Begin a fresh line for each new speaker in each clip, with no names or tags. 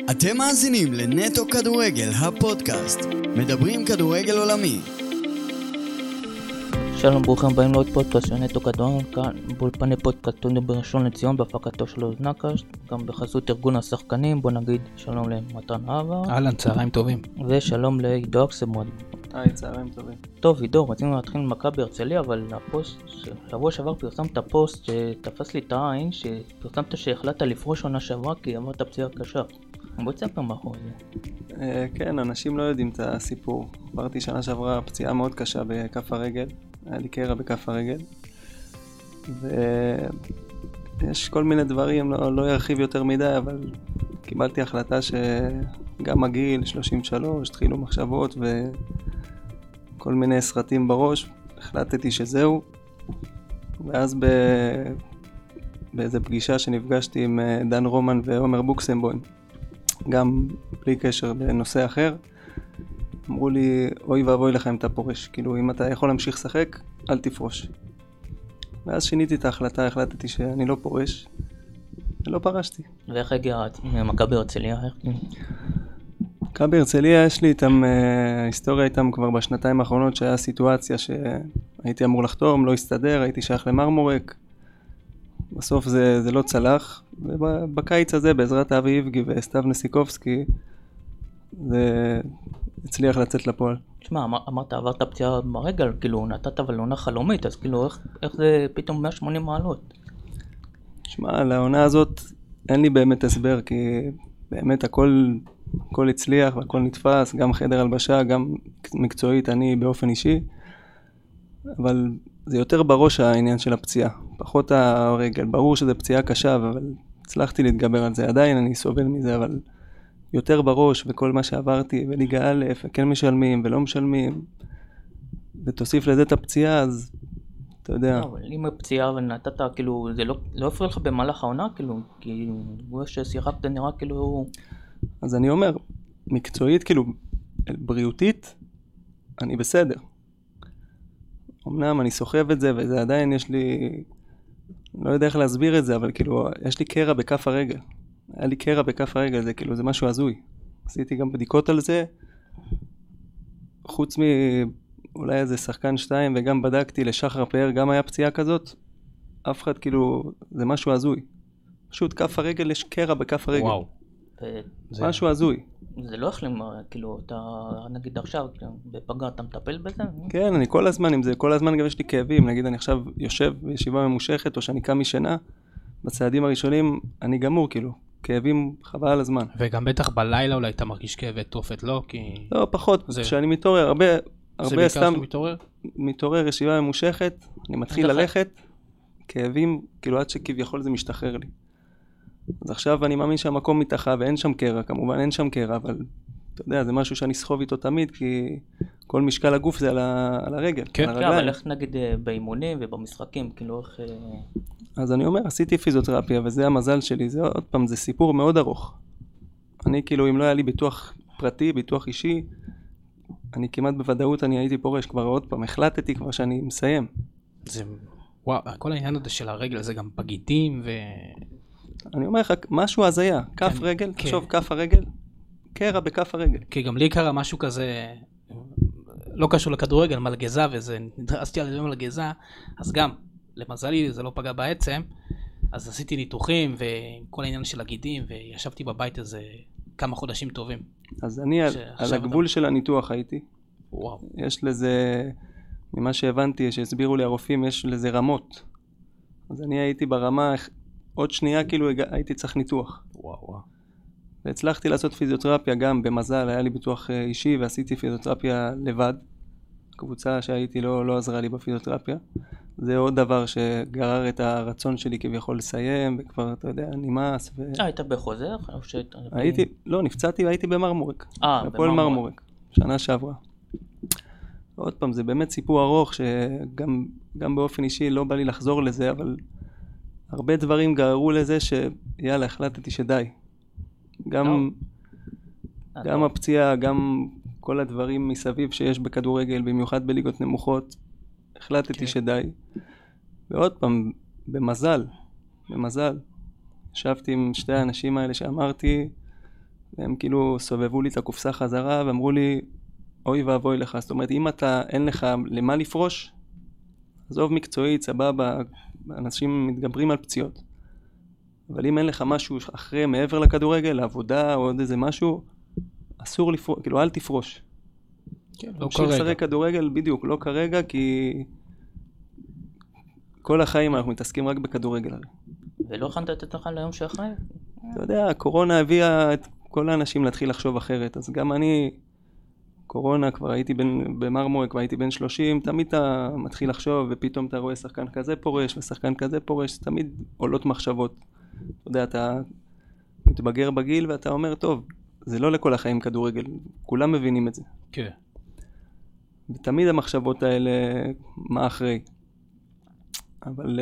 אתם מאזינים לנטו כדורגל, הפודקאסט. מדברים כדורגל עולמי.
שלום, ברוכים הבאים לעוד פודקאסט של נטו כדורגל, כאן באולפני פודקאסט בראשון לציון בהפקתו של עוז נקש, גם בחסות ארגון השחקנים. בוא נגיד שלום למתן אהבה.
אהלן, צהריים טובים.
ושלום לעידו אקסמוד.
היי, צהריים טובים.
טוב, עידו, רצינו להתחיל עם מכבי הרצליה, אבל הפוסט, שבוע שעבר פרסמת פוסט שתפס לי את העין, שפרסמת שהחלטת לפרוש עונה שעברה כי עברת פציעה קשה. בוא תספר מאחורי זה.
כן, אנשים לא יודעים את הסיפור. עברתי שנה שעברה פציעה מאוד קשה בכף הרגל. היה לי קרע בכף הרגל. ויש כל מיני דברים, לא ירחיב יותר מדי, אבל קיבלתי החלטה שגם הגיל, 33, התחילו מחשבות וכל מיני סרטים בראש. החלטתי שזהו. ואז באיזה פגישה שנפגשתי עם דן רומן ועומר בוקסנבוים, גם בלי קשר בנושא אחר, אמרו לי, אוי ואבוי לך אם אתה פורש, כאילו אם אתה יכול להמשיך לשחק, אל תפרוש. ואז שיניתי את ההחלטה, החלטתי שאני לא פורש, ולא פרשתי.
ואיך הגיע מכבי הרצליה?
מכבי הרצליה, יש לי איתם, היסטוריה איתם כבר בשנתיים האחרונות, שהיה סיטואציה שהייתי אמור לחתום, לא הסתדר, הייתי שייך למרמורק, בסוף זה לא צלח, ובקיץ הזה בעזרת אבי איבגי וסתיו נסיקובסקי זה הצליח לצאת לפועל.
תשמע, אמרת עברת פציעה ברגל, כאילו נתת אבל עונה חלומית, אז כאילו איך זה פתאום 180 מעלות?
תשמע, לעונה הזאת אין לי באמת הסבר, כי באמת הכל הצליח והכל נתפס, גם חדר הלבשה, גם מקצועית, אני באופן אישי, אבל זה יותר בראש העניין של הפציעה, פחות הרגל. ברור שזה פציעה קשה, אבל הצלחתי להתגבר על זה. עדיין אני סובל מזה, אבל יותר בראש וכל מה שעברתי, וליגה א', וכן משלמים ולא משלמים, ותוסיף לזה את הפציעה, אז אתה יודע.
אבל אם הפציעה ונתת, כאילו, זה לא הפריע לך במהלך העונה, כאילו, כי הוא ששיחקת נראה כאילו...
אז אני אומר, מקצועית, כאילו, בריאותית, אני בסדר. אמנם אני סוחב את זה, וזה עדיין יש לי, לא יודע איך להסביר את זה, אבל כאילו, יש לי קרע בכף הרגל. היה לי קרע בכף הרגל, זה כאילו, זה משהו הזוי. עשיתי גם בדיקות על זה, חוץ מאולי איזה שחקן 2, וגם בדקתי לשחר פאר, גם היה פציעה כזאת, אף אחד כאילו, זה משהו הזוי. פשוט כף הרגל, יש קרע בכף הרגל.
וואו.
משהו הזוי.
זה לא החלים, כאילו, אתה נגיד עכשיו, בפגרה אתה מטפל בזה?
כן, אני כל הזמן עם זה, כל הזמן גם יש לי כאבים, נגיד אני עכשיו יושב בישיבה ממושכת, או שאני קם משינה, בצעדים הראשונים אני גמור, כאילו, כאבים חבל על הזמן.
וגם בטח בלילה אולי אתה מרגיש כאבי תופת, לא? כי...
לא, פחות, כשאני מתעורר, הרבה סתם מתעורר ישיבה ממושכת, אני מתחיל ללכת, כאבים, כאילו עד שכביכול זה משתחרר לי. אז עכשיו אני מאמין שהמקום מתאחה ואין שם קרע, כמובן אין שם קרע, אבל אתה יודע, זה משהו שאני סחוב איתו תמיד, כי כל משקל הגוף זה על הרגל,
כן.
על הרגליים.
אבל איך נגיד באימונים ובמשחקים, כאילו איך...
אז אני אומר, עשיתי פיזיותרפיה, וזה המזל שלי, זה עוד פעם, זה סיפור מאוד ארוך. אני כאילו, אם לא היה לי ביטוח פרטי, ביטוח אישי, אני כמעט בוודאות אני הייתי פורש כבר עוד פעם, החלטתי כבר שאני מסיים.
זה... וואו, כל העניין הזה של הרגל, זה גם פגיטים ו...
אני אומר לך, משהו הזיה, כף רגל, תחשוב, כף הרגל, קרע בכף הרגל.
כי גם לי קרה משהו כזה, לא קשור לכדורגל, מלגזה וזה, נדרסתי על זה מלגזה, אז גם, למזלי זה לא פגע בעצם, אז עשיתי ניתוחים וכל העניין של הגידים, וישבתי בבית איזה כמה חודשים טובים.
אז אני על הגבול של הניתוח הייתי.
וואו.
יש לזה, ממה שהבנתי, שהסבירו לי הרופאים, יש לזה רמות. אז אני הייתי ברמה, עוד שנייה כאילו הייתי צריך ניתוח.
וואו.
והצלחתי לעשות פיזיותרפיה גם במזל, היה לי ביטוח אישי ועשיתי פיזיותרפיה לבד. קבוצה שהייתי לא עזרה לי בפיזיותרפיה. זה עוד דבר שגרר את הרצון שלי כביכול לסיים, וכבר אתה יודע, נמאס.
היית בחוזר?
לא, נפצעתי והייתי במרמורק. בפועל מרמורק, שנה שעברה. עוד פעם, זה באמת סיפור ארוך שגם באופן אישי לא בא לי לחזור לזה, אבל הרבה דברים גררו לזה שיאללה, החלטתי שדי. גם הפציעה, גם כל הדברים מסביב שיש בכדורגל, במיוחד בליגות נמוכות, החלטתי שדי. ועוד פעם, במזל, ישבתי עם שתי האנשים האלה שאמרתי, והם כאילו סובבו לי את הקופסה חזרה ואמרו לי, אוי ואבוי לך. זאת אומרת, אם אין לך למה לפרוש, עזוב מקצועית, סבבה, אנשים מתגברים על פציעות. אבל אם אין לך משהו אחרי, מעבר לכדורגל, לעבודה או עוד איזה משהו, אסור לפרוש, כאילו אל תפרוש.
כן, לא כרגע.
לשחק כדורגל, בדיוק, לא כרגע, כי כל החיים אנחנו מתעסקים רק בכדורגל.
ולא הכנת את עצמך ליום שאחרי?
אתה יודע, הקורונה הביאה את כל האנשים להתחיל לחשוב אחרת, אז גם אני, קורונה, כבר הייתי במרמורק והייתי בן 30, תמיד אתה מתחיל לחשוב, ופתאום אתה רואה שחקן כזה פורש ושחקן כזה פורש, תמיד עולות מחשבות. אתה יודע, אתה מתבגר בגיל ואתה אומר, טוב, זה לא לכל החיים כדורגל, כולם מבינים את זה.
כן.
ותמיד המחשבות האלה, מה אחרי? אבל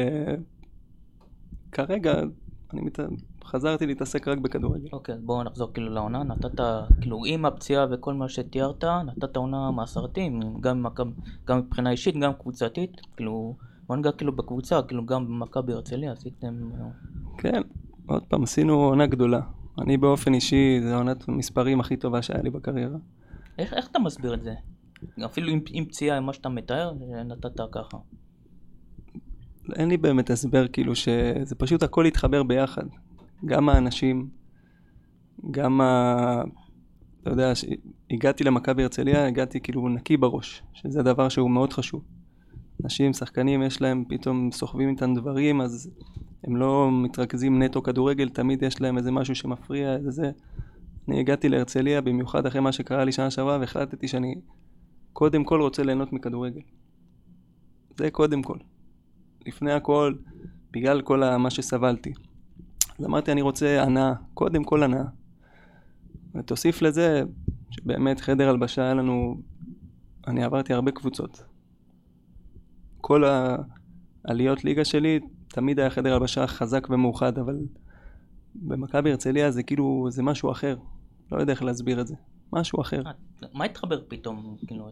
כרגע חזרתי להתעסק רק בכדורגל.
אוקיי, בואו נחזור כאילו לעונה. נתת, כאילו עם הפציעה וכל מה שתיארת, נתת עונה מהסרטים, גם מבחינה אישית, גם קבוצתית, כאילו, בוא נגע כאילו בקבוצה, כאילו גם במכבי הרצליה עשיתם...
כן, עוד פעם, עשינו עונה גדולה. אני באופן אישי, זו עונת מספרים הכי טובה שהיה לי בקריירה.
איך אתה מסביר את זה? אפילו עם פציעה, עם מה שאתה מתאר, נתת ככה.
אין לי באמת הסבר, כאילו שזה פשוט הכל התחבר ביחד. גם האנשים, גם אתה יודע, הגעתי למכבי הרצליה, הגעתי כאילו נקי בראש, שזה דבר שהוא מאוד חשוב. אנשים, שחקנים, יש להם, פתאום סוחבים איתם דברים, אז הם לא מתרכזים נטו כדורגל, תמיד יש להם איזה משהו שמפריע, איזה זה. אני הגעתי להרצליה במיוחד אחרי מה שקרה לי שנה שעברה, והחלטתי שאני קודם כל רוצה ליהנות מכדורגל. זה קודם כל. לפני הכל, בגלל כל מה שסבלתי. אז אמרתי, אני רוצה הנאה, קודם כל הנאה. ותוסיף לזה, שבאמת חדר הלבשה היה לנו, אני עברתי הרבה קבוצות. כל העליות ליגה שלי, תמיד היה חדר הלבשה חזק ומאוחד, אבל במכבי הרצליה זה כאילו, זה משהו אחר. לא יודע איך להסביר את זה. משהו אחר.
מה התחבר פתאום? כאילו...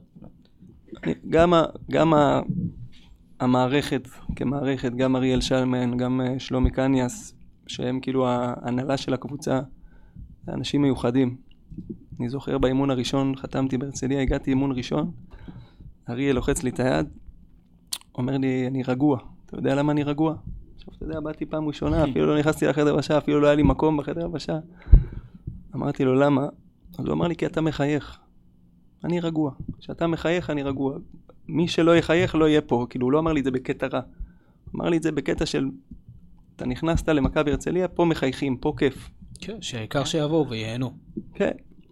גם המערכת, כמערכת, גם אריאל שלמן, גם שלומי קניאס, שהם כאילו ההנהלה של הקבוצה, אנשים מיוחדים. אני זוכר באימון הראשון, חתמתי בהרצליה, הגעתי אימון ראשון, אריאל לוחץ לי את היד, אומר לי, אני רגוע. אתה יודע למה אני רגוע? עכשיו, אתה יודע, באתי פעם ראשונה, אפילו לא נכנסתי לחדר הלבשה, אפילו לא היה לי מקום בחדר הלבשה. אמרתי לו, למה? אז הוא אמר לי, כי אתה מחייך. אני רגוע. כשאתה מחייך, אני רגוע. מי שלא יחייך לא יהיה פה. כאילו, הוא לא אמר לי את זה בקטע רע. הוא אמר לי את זה בקטע של, אתה נכנסת למכבי הרצליה, פה מחייכים, פה כיף.
כן, שהעיקר שיבואו ויהנו.
כן.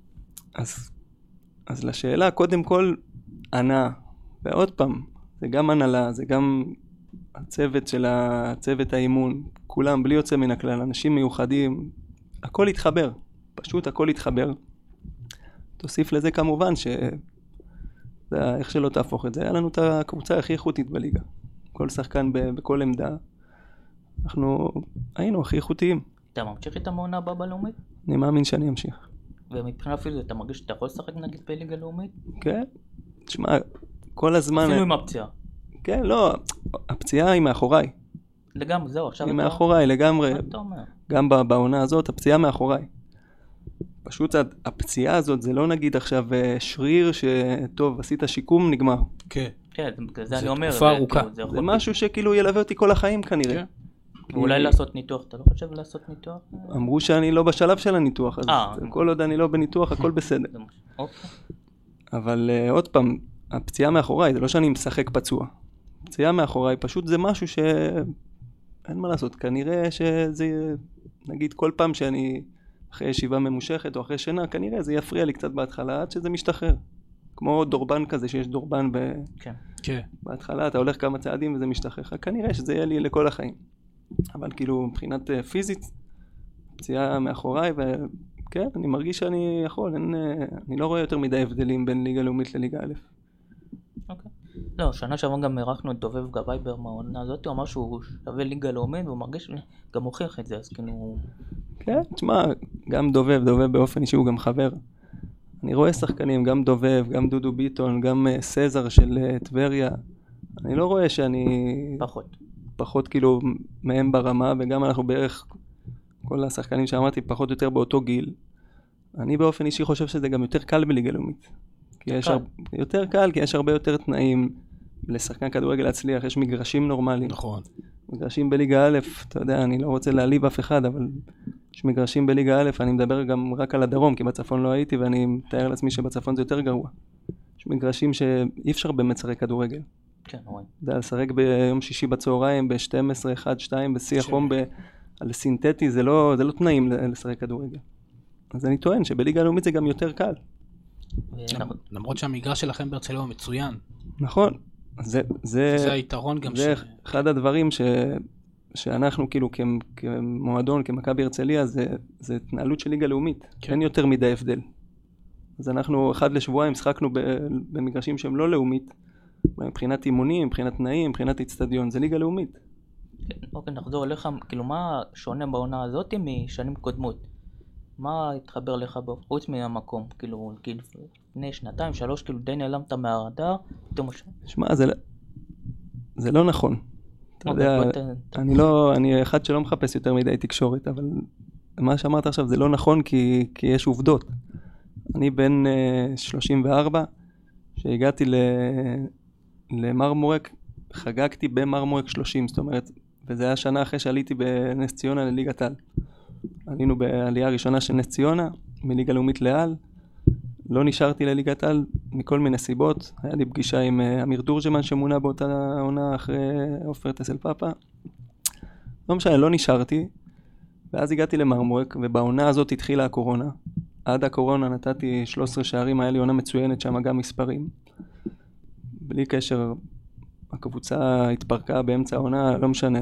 אז לשאלה, קודם כל, הנאה. ועוד פעם, זה גם הנהלה, זה גם הצוות של הצוות האימון. כולם, בלי יוצא מן הכלל, אנשים מיוחדים. הכל התחבר. פשוט הכל התחבר. תוסיף לזה כמובן איך שלא תהפוך את זה, היה לנו את הקבוצה הכי איכותית בליגה. כל שחקן בכל עמדה. אנחנו היינו הכי איכותיים.
אתה ממשיך את העונה הבאה בלאומית?
אני מאמין שאני אמשיך.
ומבחינה פיזית, אתה מרגיש שאתה יכול לשחק נגיד בליגה לאומית?
כן. תשמע, כל הזמן...
אפילו עם הפציעה.
כן, לא, הפציעה היא מאחוריי.
לגמרי, זהו, עכשיו
היא מאחוריי, לגמרי.
מה אתה אומר?
גם בעונה הזאת, הפציעה מאחוריי. פשוט הפציעה הזאת זה לא נגיד עכשיו שריר שטוב, עשית שיקום, נגמר.
כן.
כן, זה אני אומר.
תקופה ארוכה.
זה משהו שכאילו ילווה אותי כל החיים כנראה.
כן.
ואולי לעשות ניתוח, אתה לא חושב לעשות ניתוח?
אמרו שאני לא בשלב של הניתוח, אז כל עוד אני לא בניתוח, הכל בסדר.
אוקיי.
אבל עוד פעם, הפציעה מאחוריי, זה לא שאני משחק פצוע. הפציעה מאחוריי, פשוט זה משהו אין מה לעשות. כנראה שזה, נגיד כל פעם שאני אחרי ישיבה ממושכת או אחרי שינה, כנראה זה יפריע לי קצת בהתחלה עד שזה משתחרר. כמו דורבן כזה שיש דורבן
כן.
בהתחלה, אתה הולך כמה צעדים וזה משתחרר. כנראה שזה יהיה לי לכל החיים. אבל כאילו מבחינת פיזית, פציעה מאחוריי, וכן, אני מרגיש שאני יכול, אני לא רואה יותר מדי הבדלים בין ליגה לאומית לליגה א'.
אוקיי. לא, שנה שעברה גם ערכנו את דובב גבייבר מהעונה הזאת, הוא אמר שהוא שווה ליגה לאומית, והוא מרגיש גם הוכיח את זה, אז כאילו...
כן, תשמע, גם דובב באופן אישי הוא גם חבר. אני רואה שחקנים, גם דובב, גם דודו ביטון, גם סזר של טבריה. אני לא רואה שאני... פחות כאילו מהם ברמה, וגם אנחנו בערך, כל השחקנים שאמרתי, פחות או יותר באותו גיל. אני באופן אישי חושב שזה גם יותר קל בליגה לאומית. יותר קל, כי יש הרבה יותר תנאים לשחקן כדורגל להצליח, יש מגרשים נורמליים.
נכון.
מגרשים בליגה א', אתה יודע, אני לא רוצה להעליב אף אחד, אבל יש מגרשים בליגה א', אני מדבר גם רק על הדרום, כי בצפון לא הייתי, ואני מתאר לעצמי שבצפון זה יותר גרוע. יש מגרשים שאי אפשר באמת לשחק כדורגל.
כן, רואים.
אתה יודע, לשחק ביום שישי בצהריים, ב-12, 1, 2, בשיא החום, על סינתטי, זה לא תנאים לשחק כדורגל. אז אני טוען שבליגה הלאומית זה גם יותר קל.
למרות שהמגרש שלכם בהרצליה הוא מצוין.
נכון.
זה היתרון גם
זה אחד הדברים שאנחנו כאילו כמועדון, כמכבי הרצליה, זה התנהלות של ליגה לאומית. אין יותר מדי הבדל. אז אנחנו אחד לשבועיים שחקנו במגרשים שהם לא לאומית, מבחינת אימונים, מבחינת תנאים, מבחינת אצטדיון, זה ליגה לאומית.
אוקיי, נחזור אליך, כאילו מה שונה בעונה הזאת משנים קודמות? מה התחבר לך חוץ מהמקום? כאילו, לפני 2, 3, כאילו די נעלמת מהרדאר, פתאום...
שמע, זה לא נכון. אתה יודע, אני אחד שלא מחפש יותר מדי תקשורת, אבל מה שאמרת עכשיו זה לא נכון כי יש עובדות. אני בן 34, שהגעתי למרמורק, חגגתי במרמורק 30, זאת אומרת, וזה היה שנה אחרי שעליתי בנס ציונה לליגת העל. עלינו בעלייה הראשונה של נס ציונה, מליגה לאומית לעל, לא נשארתי לליגת העל מכל מיני סיבות, היה לי פגישה עם אמיר דורג'מן שמונה באותה עונה אחרי עופר טסל פאפה, לא משנה, לא נשארתי, ואז הגעתי למרמורק, ובעונה הזאת התחילה הקורונה, עד הקורונה נתתי 13 שערים, היה לי עונה מצוינת שם גם מספרים, בלי קשר, הקבוצה התפרקה באמצע העונה, לא משנה,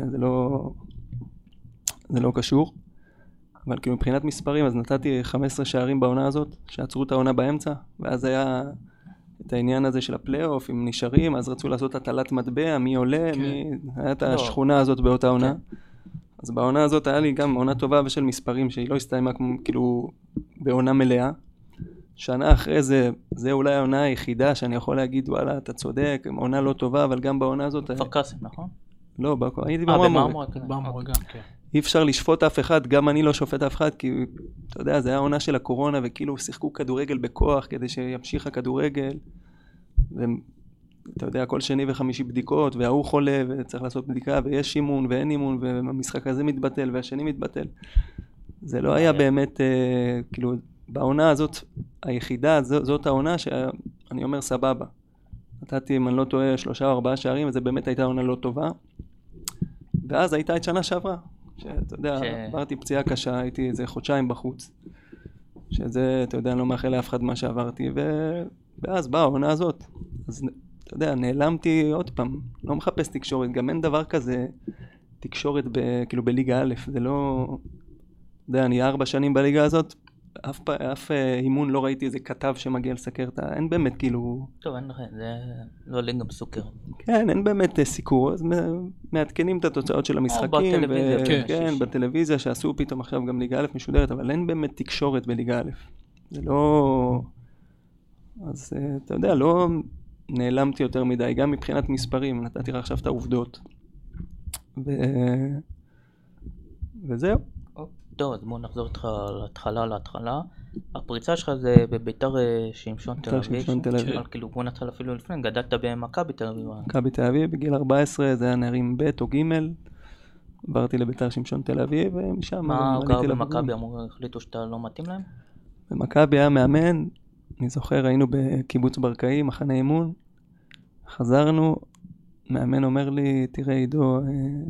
זה לא קשור, אבל כאילו מבחינת מספרים, אז נתתי 15 שערים בעונה הזאת, שעצרו את העונה באמצע, ואז היה את העניין הזה של הפלייאוף, אם נשארים, אז רצו לעשות הטלת מטבע, מי עולה, היה את השכונה הזאת באותה עונה. אז בעונה הזאת היה לי גם עונה טובה ושל מספרים, שהיא לא הסתיימה כאילו בעונה מלאה. שנה אחרי זה אולי העונה היחידה שאני יכול להגיד, וואלה, אתה צודק, עונה לא טובה, אבל גם בעונה הזאת...
כפר קאסם, נכון?
לא, הייתי במרמורק.
כן.
אי אפשר לשפוט אף אחד, גם אני לא שופט אף אחד, כי אתה יודע, זה היה עונה של הקורונה, וכאילו שיחקו כדורגל בכוח, כדי שימשיך הכדורגל, ואתה יודע, כל שני וחמישי בדיקות, והוא חולה, וצריך לעשות בדיקה, ויש אימון ואין אימון, והמשחק הזה מתבטל, והשני מתבטל. זה לא היה באמת, כאילו, בעונה הזאת, היחידה, זאת העונה שאני אומר סבבה. נתתי, אם אני לא טועה, 3 או 4 שערים, וזה באמת הייתה עונה לא טובה. ואז הייתה את שנה שעברה. שאתה יודע, עברתי פציעה קשה, הייתי איזה חודשיים בחוץ, שזה, אתה יודע, אני לא מאחל לאף אחד מה שעברתי, ואז באה העונה הזאת, אז אתה יודע, נעלמתי עוד פעם, לא מחפש תקשורת, גם אין דבר כזה תקשורת כאילו בליגה א', זה לא, אתה יודע, אני 4 שנים בליגה הזאת, אף אימון לא ראיתי איזה כתב שמגיע לסקר, אין באמת כאילו...
טוב, אין לכם, זה לא ליגה מסוקר.
כן, אין באמת סיקור, אז מעדכנים את התוצאות של המשחקים. כן, בטלוויזיה שעשו פתאום עכשיו גם ליגה א' משודרת, אבל אין באמת תקשורת בליגה א'. זה לא... אז אתה יודע, לא נעלמתי יותר מדי, גם מבחינת מספרים, נתתי רק עכשיו את העובדות. וזהו.
טוב, אז בואו נחזור איתך להתחלה. הפריצה שלך זה בביתר שמשון תל אביב. כאילו בואו נתחיל אפילו לפני, גדלת במכבי תל אביב.
מכבי תל אביב, בגיל 14, זה היה נערים ב' או ג', עברתי לביתר שמשון תל אביב, ומשם...
מה גר במכבי, החליטו שאתה לא מתאים להם?
במכבי היה מאמן, אני זוכר, היינו בקיבוץ ברקאי, מחנה אימון, חזרנו, מאמן אומר לי, תראה עידו,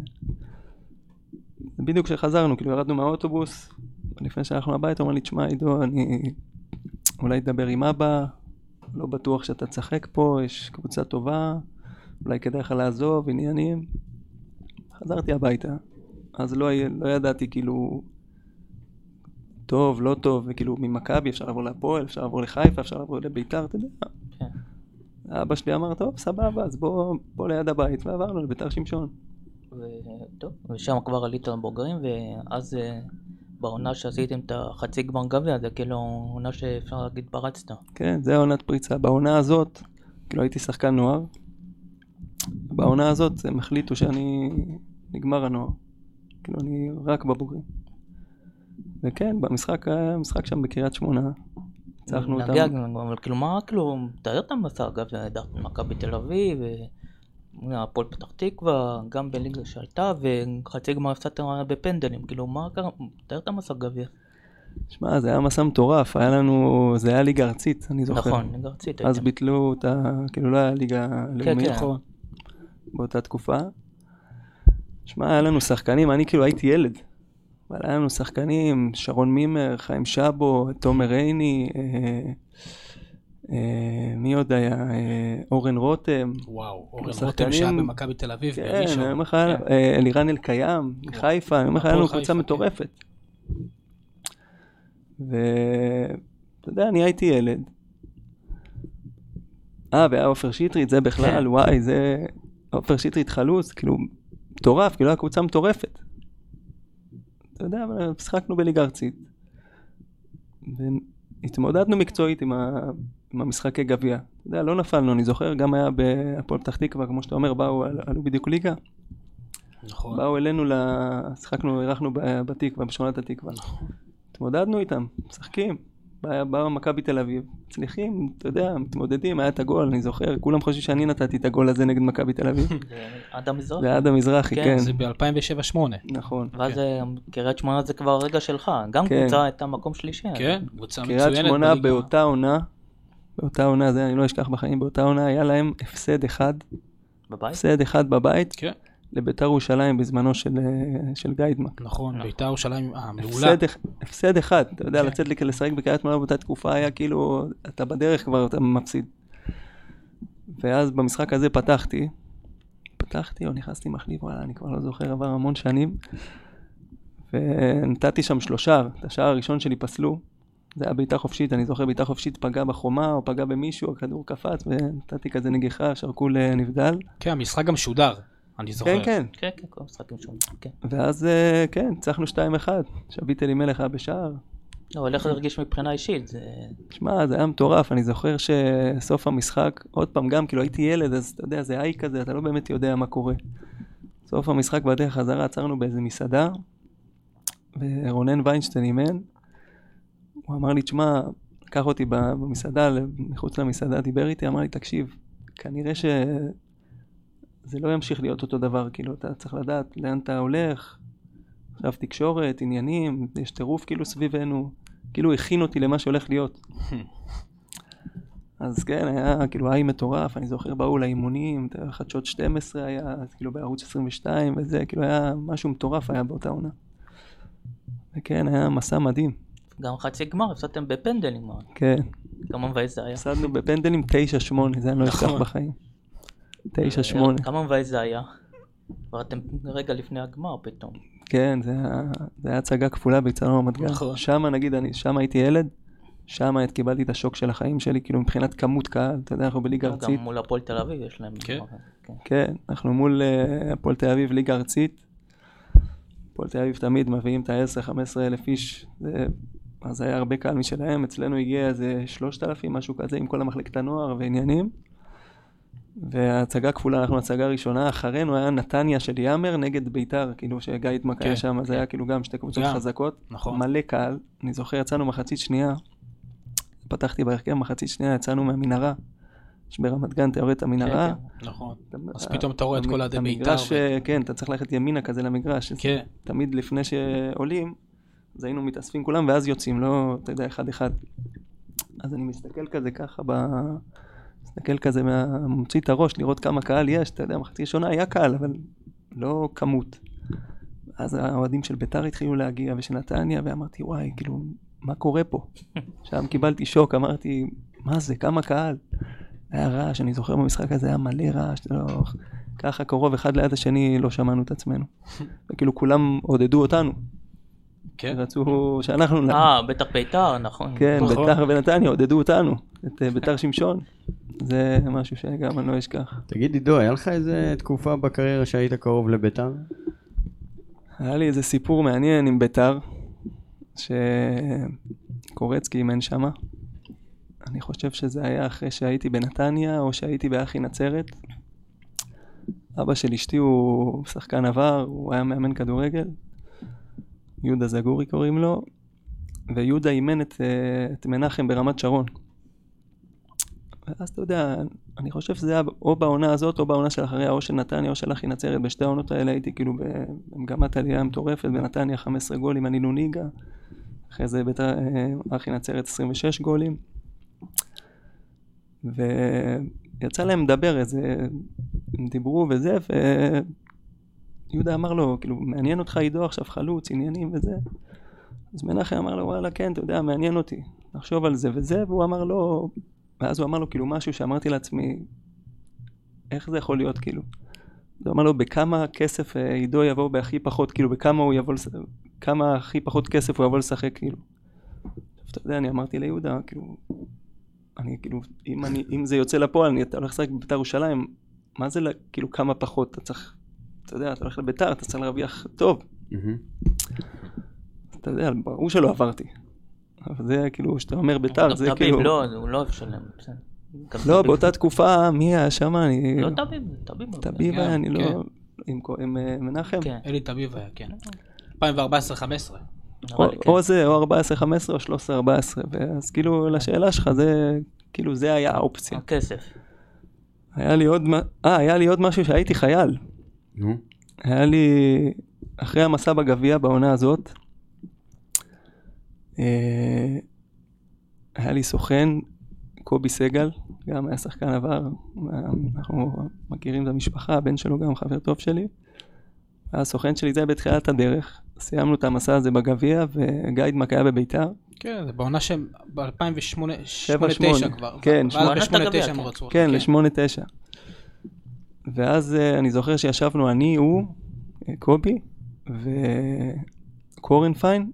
בדיוק כשחזרנו, כאילו ירדנו מהאוטובוס, לפני שאנחנו הבית, הוא אומר לי, תשמע עידו, אני אולי אדבר עם אבא, לא בטוח שאתה תשחק פה, יש קבוצה טובה, אולי כדאי לך לעזוב, עניינים. חזרתי הביתה, אז לא ידעתי כאילו, טוב, לא טוב, וכאילו ממכבי אפשר לעבור להפועל, אפשר לעבור לחיפה, אפשר לעבור לביתר, אתה יודע. אבא שלי אמר, טוב, סבבה, אז בוא ליד הבית, ועברנו לביתר שמשון.
טוב, ושם כבר עלית לבוגרים, ואז בעונה שעשיתם את החצי גמר גביע, זה כאילו עונה שאפשר להגיד פרצת.
כן, זה עונת פריצה. בעונה הזאת, כאילו הייתי שחקן נוער, בעונה הזאת הם החליטו שאני נגמר הנוער. כאילו אני רק בבוגרים. וכן, המשחק שם בקריית שמונה, הצלחנו אותם.
נגיע, אבל כאילו מה, כאילו, תאר את המסע, אגב, מכבי תל אביב, הפועל פתח תקווה, גם בליגה שעלתה, וחצי גמר הפסדת בפנדלים, כאילו, מה קרה, תאר את המסע גביע.
שמע, זה היה מסע מטורף, היה לנו, זה היה ליגה ארצית, אני זוכר.
נכון, ליגה ארצית.
אז ביטלו אותה, כאילו לא היה ליגה לאומית.
כן.
באותה תקופה. שמע, היה לנו שחקנים, אני כאילו הייתי ילד, אבל היה לנו שחקנים, שרון מימר, חיים שבו, תומר רייני, מי עוד היה? אורן רותם.
וואו, אורן רותם שהיה במכבי תל אביב.
כן, אני אומר לך, אלירן אלקיים, מחיפה, אני אומר לך, היה לנו קבוצה מטורפת. ואתה יודע, אני הייתי ילד. והיה עופר שטרית, זה בכלל, וואי, זה... עופר שטרית חלוץ, כאילו, מטורף, כאילו, הקבוצה מטורפת. אתה יודע, אבל שחקנו בליגה ארצית. והתמודדנו מקצועית עם המשחקי גביע. אתה יודע, לא נפלנו, אני זוכר, גם היה בהפועל פתח תקווה, כמו שאתה אומר, עלו בדיוק ליגה.
נכון.
באו אלינו, שחקנו, אירחנו בתקווה, בשכונת התקווה.
נכון.
התמודדנו איתם, משחקים. באו מכבי תל אביב, מצליחים, אתה יודע, מתמודדים, היה את הגול, אני זוכר, כולם חושבים שאני נתתי את הגול הזה נגד מכבי תל אביב.
עד המזרחי.
ועד המזרחי, כן.
זה ב-2007-2008.
נכון.
ואז קריית שמונה זה כבר הרגע שלך, גם קבוצה הייתה מקום שלישי.
כן, קבוצה מצוינת בליגה.
קריית שמונה באותה עונה, זה אני לא אשכח בחיים, באותה עונה היה להם הפסד אחד.
בבית?
הפסד אחד בבית.
כן.
לביתר ירושלים בזמנו של גיידמק.
נכון, ביתר ירושלים המעולה.
הפסד אחד, אתה יודע, לצאת לשחק בקריית שמונה באותה תקופה היה כאילו, אתה בדרך כבר, אתה מפסיד. ואז במשחק הזה פתחתי או נכנסתי מחליף, אני כבר לא זוכר, עבר המון שנים, ונתתי שם 3 שער, את השער הראשון שלי פסלו, זה היה בעיטה חופשית, אני זוכר בעיטה חופשית פגע בחומה או פגע במישהו, הכדור קפץ, ונתתי כזה נגיחה, שרקו לנבדל.
כן, המשחק גם שודר. אני זוכר.
כן.
כן, כל משחקים שום.
ואז, כן, צריכנו 2-1. שביט אלימלך היה בשער.
אבל איך זה הרגיש מבחינה אישית?
שמע, זה היה מטורף. אני זוכר שסוף המשחק, עוד פעם, גם כאילו הייתי ילד, אז אתה יודע, זה כזה, אתה לא באמת יודע מה קורה. סוף המשחק בדרך חזרה, עצרנו באיזה מסעדה, ורונן ויינשטיין אימן. הוא אמר לי, תשמע, לקח אותי במסעדה, מחוץ למסעדה, דיבר איתי, אמר לי, תקשיב, כנראה זה לא ימשיך להיות אותו דבר, כאילו, אתה צריך לדעת לאן אתה הולך, עכשיו תקשורת, עניינים, יש טירוף כאילו סביבנו, כאילו הכין אותי למה שהולך להיות. אז כן, היה כאילו היי מטורף, אני זוכר באו לאימונים, חדשות 12 היה, כאילו בערוץ 22 וזה, כאילו היה משהו מטורף היה באותה עונה. וכן, היה מסע מדהים.
גם חצי גמר, הפסדתם בפנדלים.
כן.
כמה מבאס זה היה?
הפסדנו בפנדלים 9-8, זה אני לא אשכח בחיים. 9-8.
כמה מבאס זה היה? ואתם רגע לפני הגמר פתאום.
כן, זה היה הצגה כפולה באצטדיון רמת גן. שם נגיד, שם הייתי ילד, שם קיבלתי את השוק של החיים שלי, כאילו מבחינת כמות קהל, אתה יודע, אנחנו בליגה ארצית.
גם מול הפועל תל אביב יש להם.
כן, אנחנו מול הפועל תל אביב ליגה ארצית. הפועל תל אביב תמיד מביאים את ה-10-15 אלף איש, אז היה הרבה קהל משלהם, אצלנו הגיע איזה 3,000, משהו כזה, עם כל המחלקת הנוער ועניינים. וההצגה כפולה, אנחנו הצגה ראשונה, אחרינו היה נתניה של יאמר נגד ביתר, כאילו שגאית מקה שם, אז היה כאילו גם שתי קבוצות חזקות, מלא קהל. אני זוכר, יצאנו מחצית שנייה, פתחתי בהרכב, מחצית שנייה יצאנו מהמנהרה, יש ברמת גן, אתה רואה את המנהרה.
נכון, אז פתאום אתה רואה את כל עדי ביתר.
כן, אתה צריך ללכת ימינה כזה למגרש, תמיד לפני שעולים, אז היינו מתאספים כולם, ואז יוצאים, לא, אתה יודע, אחד. אז אני מסתכל כזה ככה מסתכל כזה, מוציא את הראש, לראות כמה קהל יש, אתה יודע, מחצית ראשונה היה קהל, אבל לא כמות. אז האוהדים של ביתר התחילו להגיע, ושל נתניה, ואמרתי, וואי, כאילו, מה קורה פה? שם קיבלתי שוק, אמרתי, מה זה, כמה קהל? היה רעש, אני זוכר במשחק הזה, היה מלא רעש, ככה קרוב אחד ליד השני, לא שמענו את עצמנו. וכאילו, כולם עודדו אותנו.
כן.
רצו שאנחנו...
בטח ביתר, נכון.
כן, ביתר ונתניה עודדו אותנו, את ביתר שמשון. זה משהו שגם אני לא אשכח.
תגיד עידו, היה לך איזה תקופה בקריירה שהיית קרוב לביתר?
היה לי איזה סיפור מעניין עם ביתר, שקורצקי אימן שמה. אני חושב שזה היה אחרי שהייתי בנתניה, או שהייתי באחי נצרת. אבא של אשתי הוא שחקן עבר, הוא היה מאמן כדורגל. יהודה זגורי קוראים לו, ויהודה אימן את מנחם ברמת שרון. ואז אתה יודע, אני חושב שזה היה או בעונה הזאת, או בעונה של אחריה, או של נתניה, או של אחי נצרת. בשתי העונות האלה הייתי כאילו במגמת עלייה מטורפת, בנתניה 15 גולים, עלינו ליגה. אחרי זה אחי נצרת 26 גולים. ויצא להם לדבר איזה, הם דיברו וזה, ויהודה אמר לו, כאילו, מעניין אותך עידו עכשיו חלוץ, עניינים וזה. אז מנחם אמר לו, וואלה, כן, אתה יודע, מעניין אותי, נחשוב על זה וזה, והוא אמר לו, ואז הוא אמר לו כאילו משהו שאמרתי לעצמי, איך זה יכול להיות כאילו? הוא אמר לו, בכמה כסף עידו יבוא בהכי פחות, כאילו, בכמה הוא יבוא, כמה הכי פחות כסף הוא יבוא לשחק, כאילו. אתה יודע, אני אמרתי ליהודה, כאילו, אני כאילו, אם זה יוצא לפועל, אתה הולך לשחק בביתר ירושלים, מה זה כאילו כמה פחות? אתה צריך, אתה יודע, אתה הולך לביתר, אתה צריך להרוויח טוב. אתה יודע, ברור שלא עברתי. אבל זה כאילו, שאתה אומר ביתר, זה כאילו...
לא, הוא לא אפשלם.
לא, באותה תקופה, מי היה שם?
לא תביב, תביב.
תביב היה, אני לא... עם מנחם?
אלי תביב היה, כן. 2014-2015.
או זה, או 14-15 או 13-14. ואז כאילו, לשאלה שלך, זה כאילו, זה היה האופציה.
הכסף.
היה לי עוד משהו שהייתי חייל. היה לי, אחרי המסע בגביע בעונה הזאת, היה לי סוכן, קובי סגל, גם היה שחקן עבר, אנחנו מכירים את המשפחה, הבן שלו גם חבר טוב שלי. הסוכן שלי זה בתחילת הדרך, סיימנו את המסע הזה בגביע, וגיידמק היה בביתר.
כן, זה בעונה ב-2008-2009 כבר.
כן,
ב-2008-2009 הם רצו.
כן, ל-2008-2009. ואז אני זוכר שישבנו אני, הוא, קובי, וקורנפיין,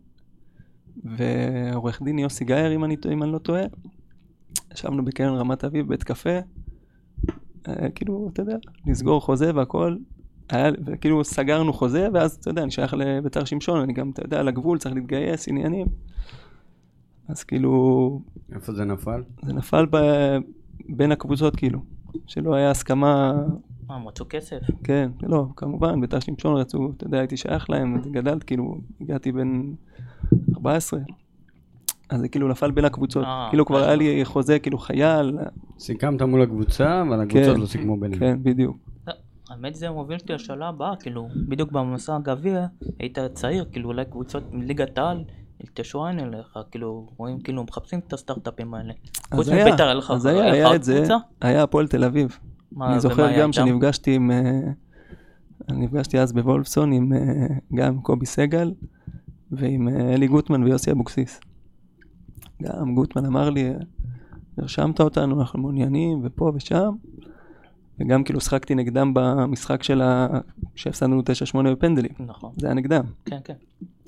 ועורך דין יוסי גייר, אם אני לא טועה. ישבנו בקרן רמת אביב, בית קפה, כאילו, אתה יודע, נסגור חוזה והכל, וכאילו סגרנו חוזה, ואז, אתה יודע, אני שייך לביתר שמשון, אני גם, אתה יודע, לגבול, צריך להתגייס, עניינים. אז כאילו...
איפה זה נפל?
זה נפל בין הקבוצות, כאילו, שלא היה הסכמה...
הם רצו כסף?
כן, לא, כמובן, ביתר שמשון רצו, אתה יודע, הייתי שייך להם, גדלת, כאילו, הגעתי בין 14, אז זה כאילו נפל בין הקבוצות, כאילו כבר היה לי חוזה, כאילו חייל.
סיכמת מול הקבוצה, אבל הקבוצות לא סיכמו ביניהם.
כן, בדיוק.
האמת זה מוביל אותי לשאלה הבאה, כאילו, בדיוק במסע הגביע, היית צעיר, כאילו, אולי קבוצות מליגת העל, תשעו עין אליך, כאילו, רואים, כאילו, מחפשים את הסטארט-אפים האלה.
אז היה את זה, היה הפועל תל אביב. אני זוכר גם שנפגשתי עם, נפגשתי אז בוולפסון עם גם קובי סגל, ועם אלי גוטמן ויוסי אבוקסיס. גם גוטמן אמר לי, הרשמת אותנו, אנחנו מעוניינים, ופה ושם. וגם כאילו שחקתי נגדם במשחק שהפסדנו 9-8 בפנדלים.
נכון.
זה היה נגדם.
כן, כן.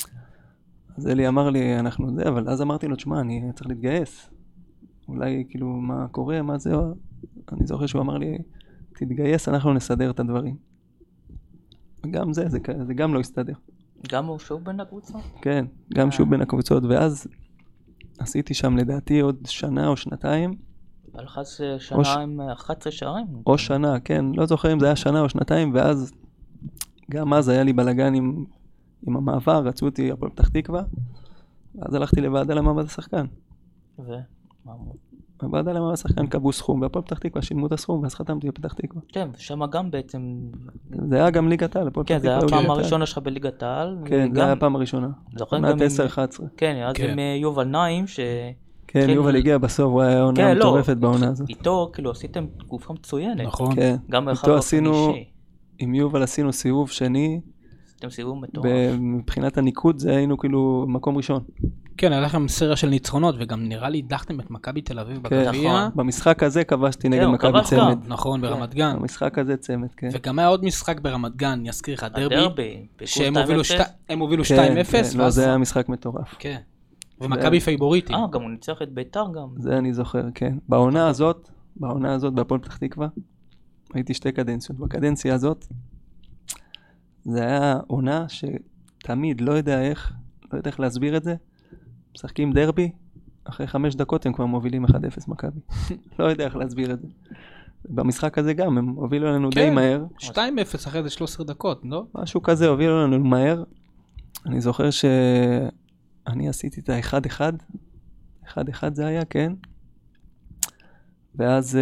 אז אלי אמר לי, אנחנו זה, אבל אז אמרתי לו, תשמע, אני צריך להתגייס. אולי כאילו, מה קורה, מה זה, אני זוכר שהוא אמר לי, תתגייס, אנחנו נסדר את הדברים. וגם זה גם לא הסתדר.
גם הוא שוב בין הקבוצות?
כן, גם שוב בין הקבוצות, ואז עשיתי שם לדעתי עוד שנה או שנתיים.
הלכה שנה עם 11 שערים?
או שנה, כן, לא זוכר אם זה היה שנה או שנתיים, ואז גם אז היה לי בלגן עם המעבר, רצו אותי הפועל פתח תקווה, ואז הלכתי לוועדה למעמד השחקן.
ומה אמרו?
הוועדה למעמד השחקן קבעו סכום, והפועל פתח תקווה שילמו את הסכום, ואז חתמתי בפתח תקווה.
כן, ושם גם בעצם...
זה היה גם ליגת העל, הפועל פתח
כן, זה
תקווה.
היה הפעם הראשונה שלך בליגת העל.
כן, זה היה הפעם הראשונה. עונת 10-11.
כן, אז עם יובל נעים, ש...
כן, יובל הגיע בסוף, הוא היה עונה מטורפת בעונה הזאת.
איתו, כאילו, עשיתם תקופה מצוינת.
נכון.
גם איתו
עשינו, עם יובל עשינו סיבוב שני.
עשיתם סיבוב מטורף.
מבחינת הניקוד זה היינו כאילו מקום ראשון.
כן, היה לכם סריה של ניצחונות, וגם נראה לי דחתם את מכבי תל אביב בגביע.
במשחק הזה כבשתי נגד מכבי צמד.
נכון, ברמת גן.
במשחק הזה צמד, כן.
וגם היה עוד משחק ברמת גן, יזכיר לך, דרבי. שהם הובילו 2-0.
לא, זה היה משחק מטורף.
כן. ומכבי פייבוריטי.
גם הוא ניצח את ביתר גם.
זה אני זוכר, כן. בעונה הזאת בהפועל פתח תקווה, הייתי 2 קדנציות. בקדנציה הזאת, זה היה עונה שתמיד לא יודע איך להסביר את זה. משחקים דרבי, אחרי 5 דקות הם כבר מובילים 1-0 מכבי. לא יודע איך להסביר את זה. במשחק הזה גם, הם הובילו לנו די מהר.
2-0 אחרי זה 13 דקות, לא?
משהו כזה, הובילו לנו מהר. אני זוכר אני עשיתי את ה-1-1, 1-1 זה היה, כן. ואז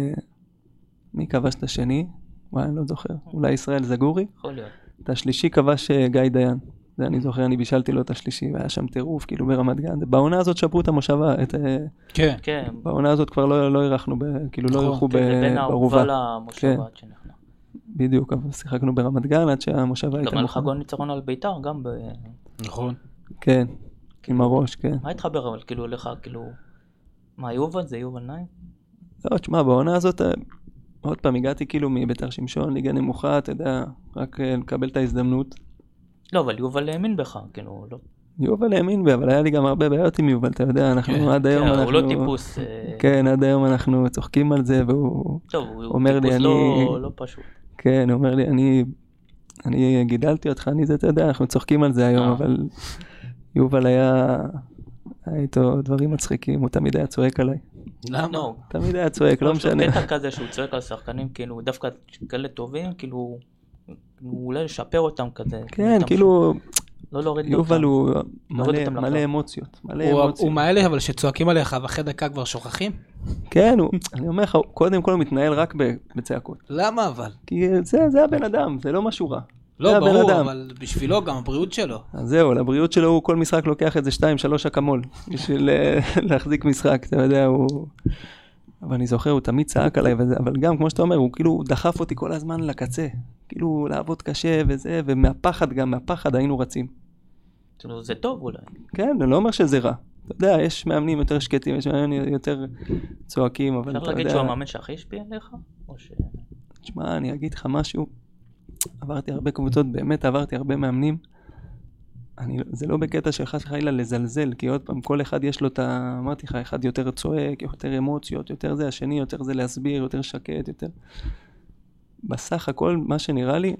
מי כבש את השני? אני לא זוכר. אולי ישראל זגורי?
יכול להיות.
את השלישי כבש גיא דיין. זה אני זוכר, אני בישלתי לו את השלישי, והיה שם טירוף, כאילו ברמת גן. בעונה הזאת שברו את המושבה,
כן.
כן.
בעונה הזאת כבר לא אירחנו, כאילו לא אירחו
זה בין
ברובה.
האהובה למושבה עד שנחנה.
בדיוק, אבל שיחקנו ברמת גן עד שהמושבה הייתה
גם על חגון ניצחון על ביתר, גם ב...
נכון.
כן, עם הראש, כן.
מה התחבר אבל, כאילו, לך, כאילו... מה, יובל? זה יובל נעים?
לא, תשמע, בעונה הזאת, עוד פעם, הגעתי כאילו מביתר שמשון, ליגה נמוכה, אתה יודע, רק לקבל את ההזדמנות.
לא, אבל יובל האמין בך, כאילו, לא...
יובל האמין בי, אבל היה לי גם הרבה בעיות עם יובל, אתה יודע, אנחנו עד היום אנחנו...
הוא לא טיפוס...
כן, עד היום אנחנו צוחקים על זה, והוא אומר לי,
אני... לא פשוט.
כן, הוא אומר לי, אני גידלתי אותך, אני זה, אתה יודע, אנחנו צוחקים על זה היום, אבל יובל היה איתו דברים מצחיקים, הוא תמיד היה צועק עליי.
למה?
תמיד היה צועק, לא משנה.
יש קטע כזה שהוא צועק על שחקנים, כאילו, דווקא כאלה טובים, כאילו, אולי לשפר אותם כזה.
כן, כאילו...
לא להוריד אותם.
יובל הוא מלא אמוציות.
הוא מאלה אבל שצועקים עליך ואחרי דקה כבר שוכחים?
כן, אני אומר לך, קודם כל הוא מתנהל רק בצעקות.
למה אבל?
כי זה הבן אדם, זה לא משהו רע.
לא, ברור, אבל בשבילו גם הבריאות שלו.
אז זהו, לבריאות שלו הוא כל משחק לוקח איזה 2-3 אקמול, בשביל להחזיק משחק, אתה יודע, הוא... אבל אני זוכר, הוא תמיד צעק עליי, אבל גם, כמו שאתה אומר, הוא כאילו דחף אותי כל הזמן לקצה. כאילו לעבוד קשה וזה, ומהפחד גם, מהפחד היינו רצים.
זה טוב אולי.
כן, אני לא אומר שזה רע. אתה יודע, יש מאמנים יותר שקטים, יש מאמנים יותר צועקים, אבל אתה יודע...
אפשר להגיד שהוא המאמן שהכי השפיע עליך?
תשמע, אני אגיד לך משהו, עברתי הרבה קבוצות, באמת עברתי הרבה מאמנים. זה לא בקטע של חס וחלילה לזלזל, כי עוד פעם, כל אחד יש לו את ה... אמרתי לך, אחד יותר צועק, יותר אמוציות, יותר זה, השני יותר זה להסביר, יותר שקט, יותר... בסך הכל, מה שנראה לי,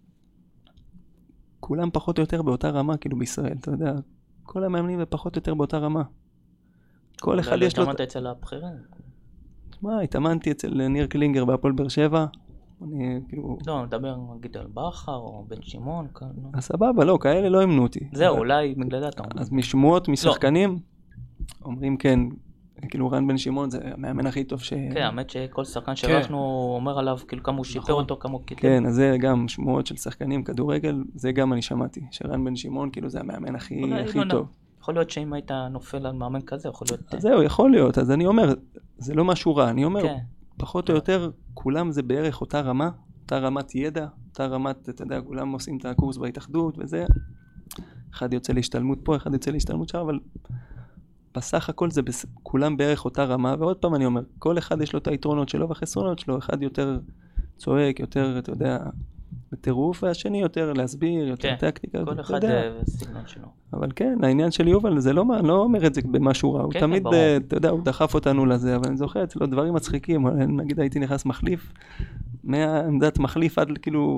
כולם פחות או יותר באותה רמה, כאילו בישראל, אתה יודע, כל המאמנים זה פחות או יותר באותה רמה. כל אחד יש לו...
התאמנת אצל הבחירים?
מה, התאמנתי אצל ניר קלינגר בהפועל באר שבע, אני כאילו...
לא, נדבר נגיד על בכר או בן שמעון, כאן.
אז סבבה, לא, כאלה לא אמנו אותי.
זהו, אולי בגלל זה אתה אומר.
אז משמועות, משחקנים, אומרים כן, כאילו רן בן שמעון זה המאמן הכי טוב ש...
כן, האמת שכל שחקן שראשנו אומר עליו כאילו כמה הוא שיפר אותו, כמה הוא קידם.
כן, אז זה גם שמועות של שחקנים, כדורגל, זה גם אני שמעתי, שרן בן שמעון כאילו זה המאמן הכי טוב.
יכול להיות שאם היית נופל על מאמן כזה, יכול להיות...
אז זהו, יכול להיות, אז אני אומר, זה לא משהו רע, אני אומר, פחות או יותר, כולם זה בערך אותה רמה, אותה רמת ידע, אותה רמת, אתה יודע, כולם עושים את הקורס בהתאחדות וזה, אחד יוצא להשתלמות פה, אחד יוצא להשתלמות שם, אבל בסך הכל זה כולם בערך אותה רמה, ועוד פעם אני אומר, כל אחד יש לו את היתרונות שלו והחסרונות שלו, אחד יותר צועק, יותר, אתה יודע, בטירוף, והשני יותר להסביר, יותר טקטיקה.
כל אחד סגנון שלו.
אבל כן, העניין של יובל, זה לא אומר את זה במשהו רע, הוא תמיד, אתה יודע, הוא דחף אותנו לזה, אבל אני זוכר אצלו דברים מצחיקים, נגיד הייתי נכנס מחליף, מהעמדת מחליף עד כאילו,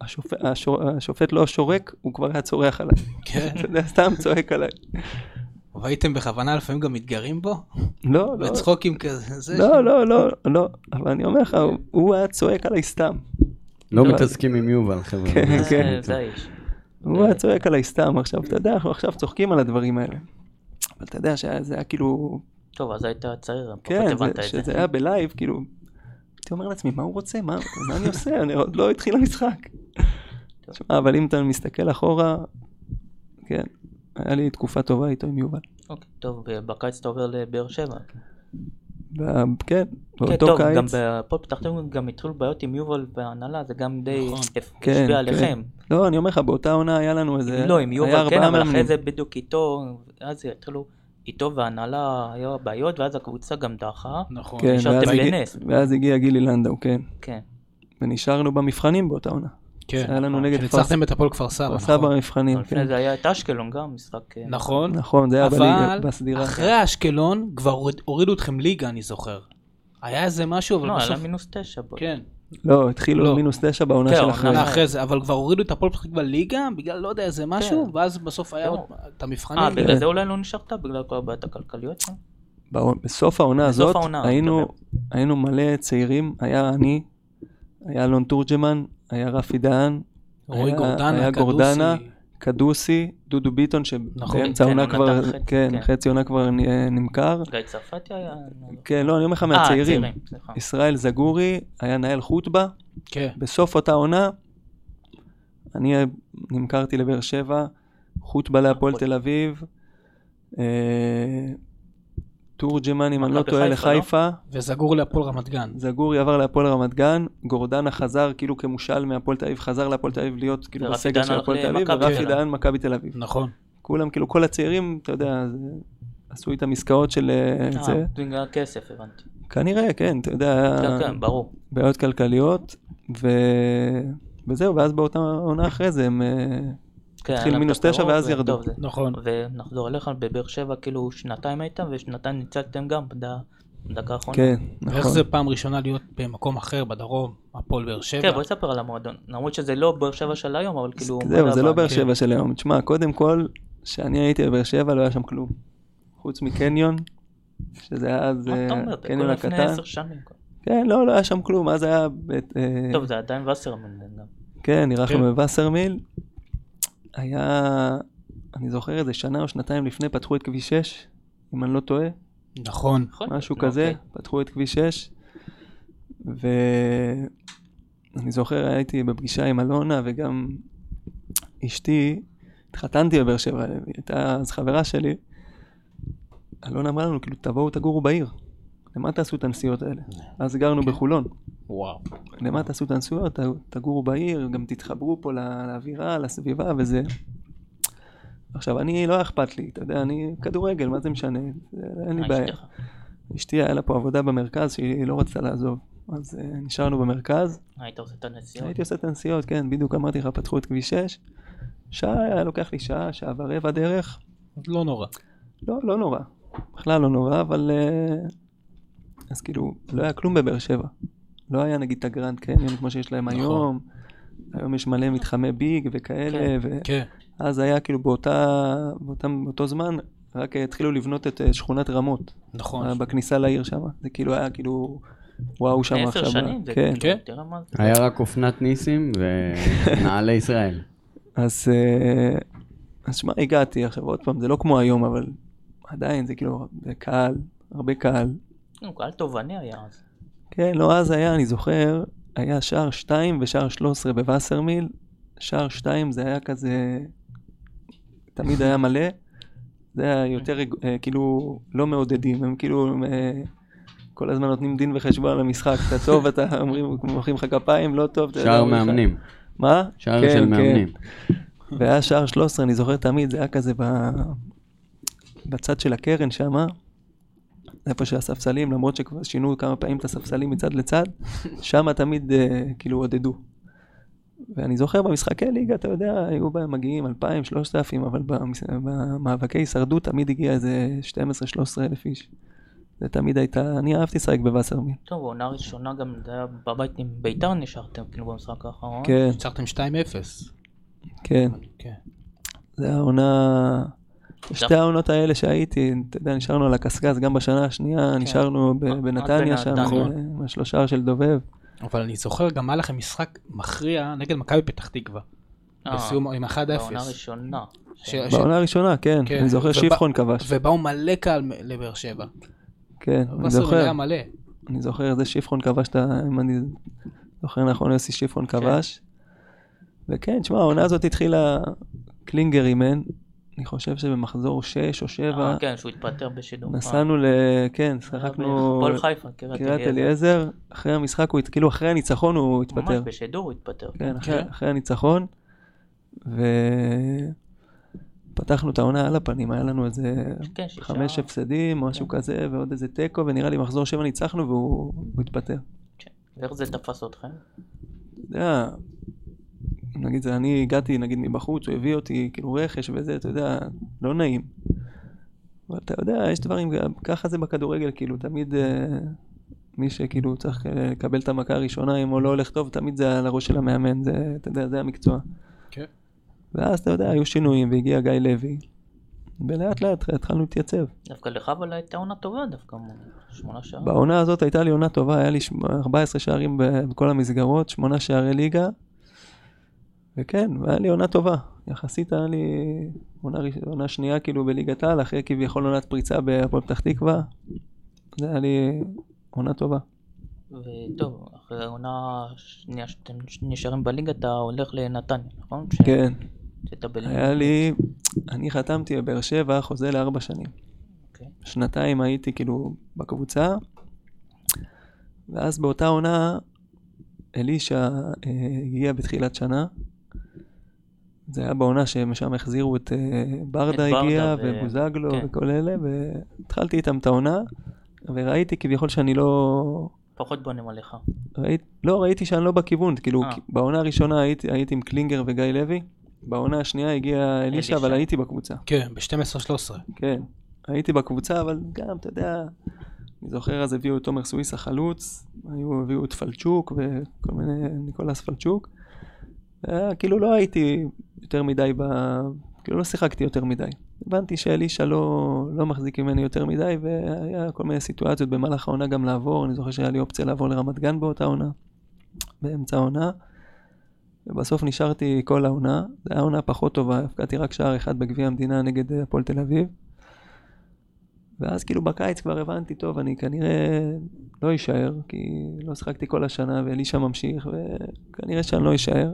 השופט לא שורק, הוא כבר היה צורח עליי.
כן.
אתה יודע, סתם צועק עליי.
והייתם בכוונה לפעמים גם מתגרים בו?
לא, לא.
בצחוקים כזה?
לא, אבל אני אומר לך, הוא היה צועק עליי סתם.
לא מתעסקים עם יובל, חבר'ה.
כן, כן.
זה האיש.
הוא היה צועק עליי סתם, עכשיו, אתה יודע, אנחנו עכשיו צוחקים על הדברים האלה. אבל אתה יודע שזה היה כאילו...
טוב, אז היית צעיר, פחות
כן,
הבנת את זה.
שזה היה בלייב, כאילו... הייתי אומר לעצמי, מה הוא רוצה? מה אני עושה? אני עוד לא התחיל המשחק. אבל אם אתה מסתכל אחורה, כן, היה לי תקופה טובה איתו עם יובל.
אוקיי, טוב, בקיץ אתה עובר לבאר שבע.
כן, באותו קיץ.
גם בפועל פתח תקווה גם התחילו בעיות עם יובל והנהלה, זה גם די השפיע עליכם.
לא, אני אומר לך, באותה עונה היה לנו איזה...
לא, עם יובל כן, אבל אחרי זה בדיוק איתו, אז התחילו איתו והנהלה היה בעיות, ואז הקבוצה גם דחה.
נכון.
נשארתם בנס.
ואז הגיע גילי לנדאו, כן.
כן.
ונשארנו במבחנים באותה עונה.
כן.
היה לנו נגד
שניצחתם את הפועל כפר סבא,
נכון. כפר סבא במבחנים,
לפני זה היה את אשקלון גם, משחק...
נכון.
נכון, זה היה בליגה, בסדירה.
אבל אחרי אשקלון כבר הורידו אתכם ליגה, אני זוכר. היה איזה משהו, אבל בסוף...
לא, היה -9.
כן.
לא, התחילו -9 בעונה של
אחרי זה, אבל כבר הורידו את הפועל פתח תקווה ליגה, בגלל לא יודע איזה משהו, ואז בסוף היה את המבחנים.
בגלל זה אולי לא נשארת, בגלל כל הבעיות הכלכליות שם?
בסוף העונה הזאת, היינו מלא צעירים, היה אני, היה אלון תורג'מן, היה רפי דהן,
רועי גורדנה,
היה גורדנה, קדוסי, דודו ביטון, שבאמצע
כן,
העונה
הוא
כבר,
נתן חצי,
כן,
כן.
חצי עונה כבר נמכר.
גיא צרפתי היה...
כן, לא, אני אומר לך מהצעירים.
סליחה.
ישראל זגורי, היה נהל חוטבה,
כן.
בסוף אותה עונה, אני נמכרתי לבאר שבע, חוטבה להפועל תל אביב, תורג'מן, אם אני לא טועה, לחיפה.
וזגור להפועל רמת גן.
זגורי עבר להפועל רמת גן, גורדנה חזר כאילו כמושל מהפועל תל אביב, חזר להפועל תל אביב להיות כאילו בסגל של הפועל תל אביב, ורפי דהן מכבי תל אביב.
נכון.
כולם, כאילו כל הצעירים, אתה יודע, עשו איתם עסקאות של זה.
בגלל כסף, הבנתי.
כנראה, כן, אתה יודע,
כן, ברור.
בעיות כלכליות, וזהו, ואז באותה עונה אחרי זה הם התחיל מינוס 9 ואז ירדו.
נכון.
ונחזור אליך, בבאר שבע כאילו שנתיים הייתם, ושנתיים ניצלתם גם בדקה האחרונה.
כן, נכון.
ואיך זה פעם ראשונה להיות במקום אחר, בדרום, הפועל באר שבע?
כן, בוא נספר על המועדון. למרות שזה לא באר שבע של היום, אבל כאילו...
זהו, זה לא באר שבע של היום. תשמע, קודם כל, כשאני הייתי בבאר שבע לא היה שם כלום. חוץ מקניון, שזה היה אז קניון הקטן.
לפני 10 שנים.
כן, לא היה שם כלום, אז היה...
טוב, זה עדיין וסרמיל.
כן, נרחנו בווסרמיל. היה, אני זוכר איזה שנה או שנתיים לפני, פתחו את כביש 6, אם אני לא טועה.
נכון.
משהו כזה, פתחו את כביש 6. ואני זוכר, הייתי בפגישה עם אלונה, וגם אשתי, התחתנתי בבאר שבע, הייתה אז חברה שלי. אלונה אמרה לנו, כאילו, תבואו תגורו בעיר. למה תעשו את הנסיעות האלה? אז גרנו בחולון.
וואו.
למה תעשו את הנסיעות? תגורו בעיר, גם תתחברו פה לאווירה, לסביבה וזה. עכשיו, אני לא אכפת לי, אתה יודע, אני כדורגל, מה זה משנה? אין לי בעיה. אשתי היה לה פה עבודה במרכז שהיא לא רצתה לעזוב. אז נשארנו במרכז.
היית עושה את הנסיעות?
הייתי עושה את הנסיעות, כן, בדיוק אמרתי לך, פתחו את כביש 6. שעה, היה לוקח לי שעה ורבע דרך.
לא נורא.
לא נורא. בכלל לא נורא, אבל... אז כאילו, לא היה כלום בבאר שבע. לא היה נגיד את הגרנד קניון כמו שיש להם היום. היום יש מלא מתחמי ביג וכאלה. אז היה כאילו באותו זמן, רק התחילו לבנות את שכונת רמות.
נכון.
בכניסה לעיר שם. זה כאילו היה כאילו, וואו שם עכשיו.
10 שנים.
כן.
היה רק אופנת ניסים ונעלי ישראל.
אז שמה, הגעתי עכשיו עוד פעם, זה לא כמו היום, אבל עדיין זה כאילו, זה קהל, הרבה קהל.
קהל תובעני היה אז.
כן, לא, אז היה, אני זוכר, היה שער 2 ושער 13 בווסרמיל. שער 2 זה היה כזה, תמיד היה מלא. זה היה יותר, כאילו, לא מעודדים. הם כאילו, כל הזמן נותנים דין וחשבון על המשחק. אתה טוב, אתה אומרים, מוחאים לך כפיים, לא טוב.
שער מאמנים.
מה?
שער של מאמנים.
והיה שער 13, אני זוכר תמיד, זה היה כזה בצד של הקרן שמה. איפה שהספסלים, למרות שכבר שינו כמה פעמים את הספסלים מצד לצד, שם תמיד כאילו עודדו. ואני זוכר במשחקי ליגה, אתה יודע, היו בהם מגיעים 2,000, 3,000, אבל במאבקי הישרדות תמיד הגיע איזה 12-13 אלף איש. זה תמיד הייתה, אני אהבתי לשחק בווסרמיל.
טוב, העונה הראשונה גם, זה היה בבית עם ביתר נשארתם, כאילו במשחק האחרון.
כן.
נשארתם 2-0.
כן. זה העונה... שתי העונות האלה שהייתי, אתה יודע, נשארנו על הקסקס, גם בשנה השנייה, נשארנו בנתניה שם, עם השלושה של דובב.
אבל אני זוכר, גם היה לכם משחק מכריע נגד מכבי פתח תקווה. בסיום עם 1-0.
בעונה הראשונה.
בעונה הראשונה, כן. אני זוכר שיפחון כבש.
ובאו מלא קהל לבאר שבע.
כן, אני זוכר.
היה מלא.
אני זוכר, זה שיפחון כבש, אם אני זוכר נכון, יוסי שיפחון כבש. וכן, תשמע, העונה הזאת התחילה קלינגר אימן. אני חושב שבמחזור 6 או 7...
כן, שהוא התפטר בשידור.
נסענו כן, שחקנו...
פועל חיפה,
קריית אליעזר. אחרי המשחק, כאילו אחרי הניצחון הוא התפטר.
ממש בשידור הוא התפטר.
כן, אחרי הניצחון. ופתחנו את העונה על הפנים, היה לנו איזה 5 הפסדים, משהו כזה, ועוד איזה טקו, ונראה לי מחזור 7 ניצחנו והוא התפטר.
ואיך זה תפס אתכם?
אתה יודע... נגיד זה, אני הגעתי נגיד מבחוץ, הוא הביא אותי כאילו רכש וזה, אתה יודע, לא נעים. אבל אתה יודע, יש דברים, ככה זה בכדורגל, כאילו תמיד מי שכאילו צריך לקבל את המכה הראשונה, אם הוא לא הולך טוב, תמיד זה על הראש של המאמן, זה, אתה יודע, זה המקצוע. כן. ואז אתה יודע, היו שינויים והגיע גיא לוי, ולאט לאט התחלנו להתייצב.
דווקא לך אבל הייתה עונה טובה דווקא, 8 שערים. בעונה
הזאת הייתה לי עונה טובה, היה לי 14 שערים בכל המסגרות, 8 שערי ליגה, וכן, והיה לי עונה טובה. יחסית היה לי עונה שנייה כאילו בליגת העל, אחרי כביכול עונת פריצה בהפועל פתח תקווה. זה היה לי עונה טובה.
וטוב, אחרי העונה שנייה שאתם נשארים בליגה, אתה הולך לנתניה, נכון?
כן.
שתבל...
היה לי, אני חתמתי בבאר שבע, חוזה ל4 שנים.
אוקיי.
שנתיים הייתי כאילו בקבוצה, ואז באותה עונה, אלישה הגיע בתחילת שנה. זה היה בעונה שמשם החזירו את ברדה הגיע ובוזגלו
כן.
וכל אלה, והתחלתי איתם את העונה, וראיתי כביכול שאני לא...
פחות בונים עליך.
ראיתי שאני לא בכיוון, כאילו בעונה הראשונה הייתי עם קלינגר וגיא לוי, בעונה השנייה הגיע אלישה, אבל הייתי בקבוצה.
כן, ב-12-13.
כן, הייתי בקבוצה, אבל גם, אתה יודע, אני זוכר אז הביאו את תומר סוויס החלוץ, הביאו את פלצ'וק וכל מיני, ניקולס פלצ'וק, כאילו לא הייתי יותר מדי, כאילו לא שיחקתי יותר מדי. הבנתי שאלישה לא מחזיק ממני יותר מדי, והיה כל מיני סיטואציות במהלך העונה גם לעבור, אני זוכר שהיה לי אופציה לעבור לרמת גן באותה עונה, באמצע העונה, ובסוף נשארתי כל העונה, זו הייתה עונה פחות טובה, הפקעתי רק שער אחד בגביע המדינה נגד הפועל תל אביב, ואז כאילו בקיץ כבר הבנתי, טוב, אני כנראה לא אשאר, כי לא שחקתי כל השנה, ואלישה ממשיך, וכנראה שאני לא אשאר.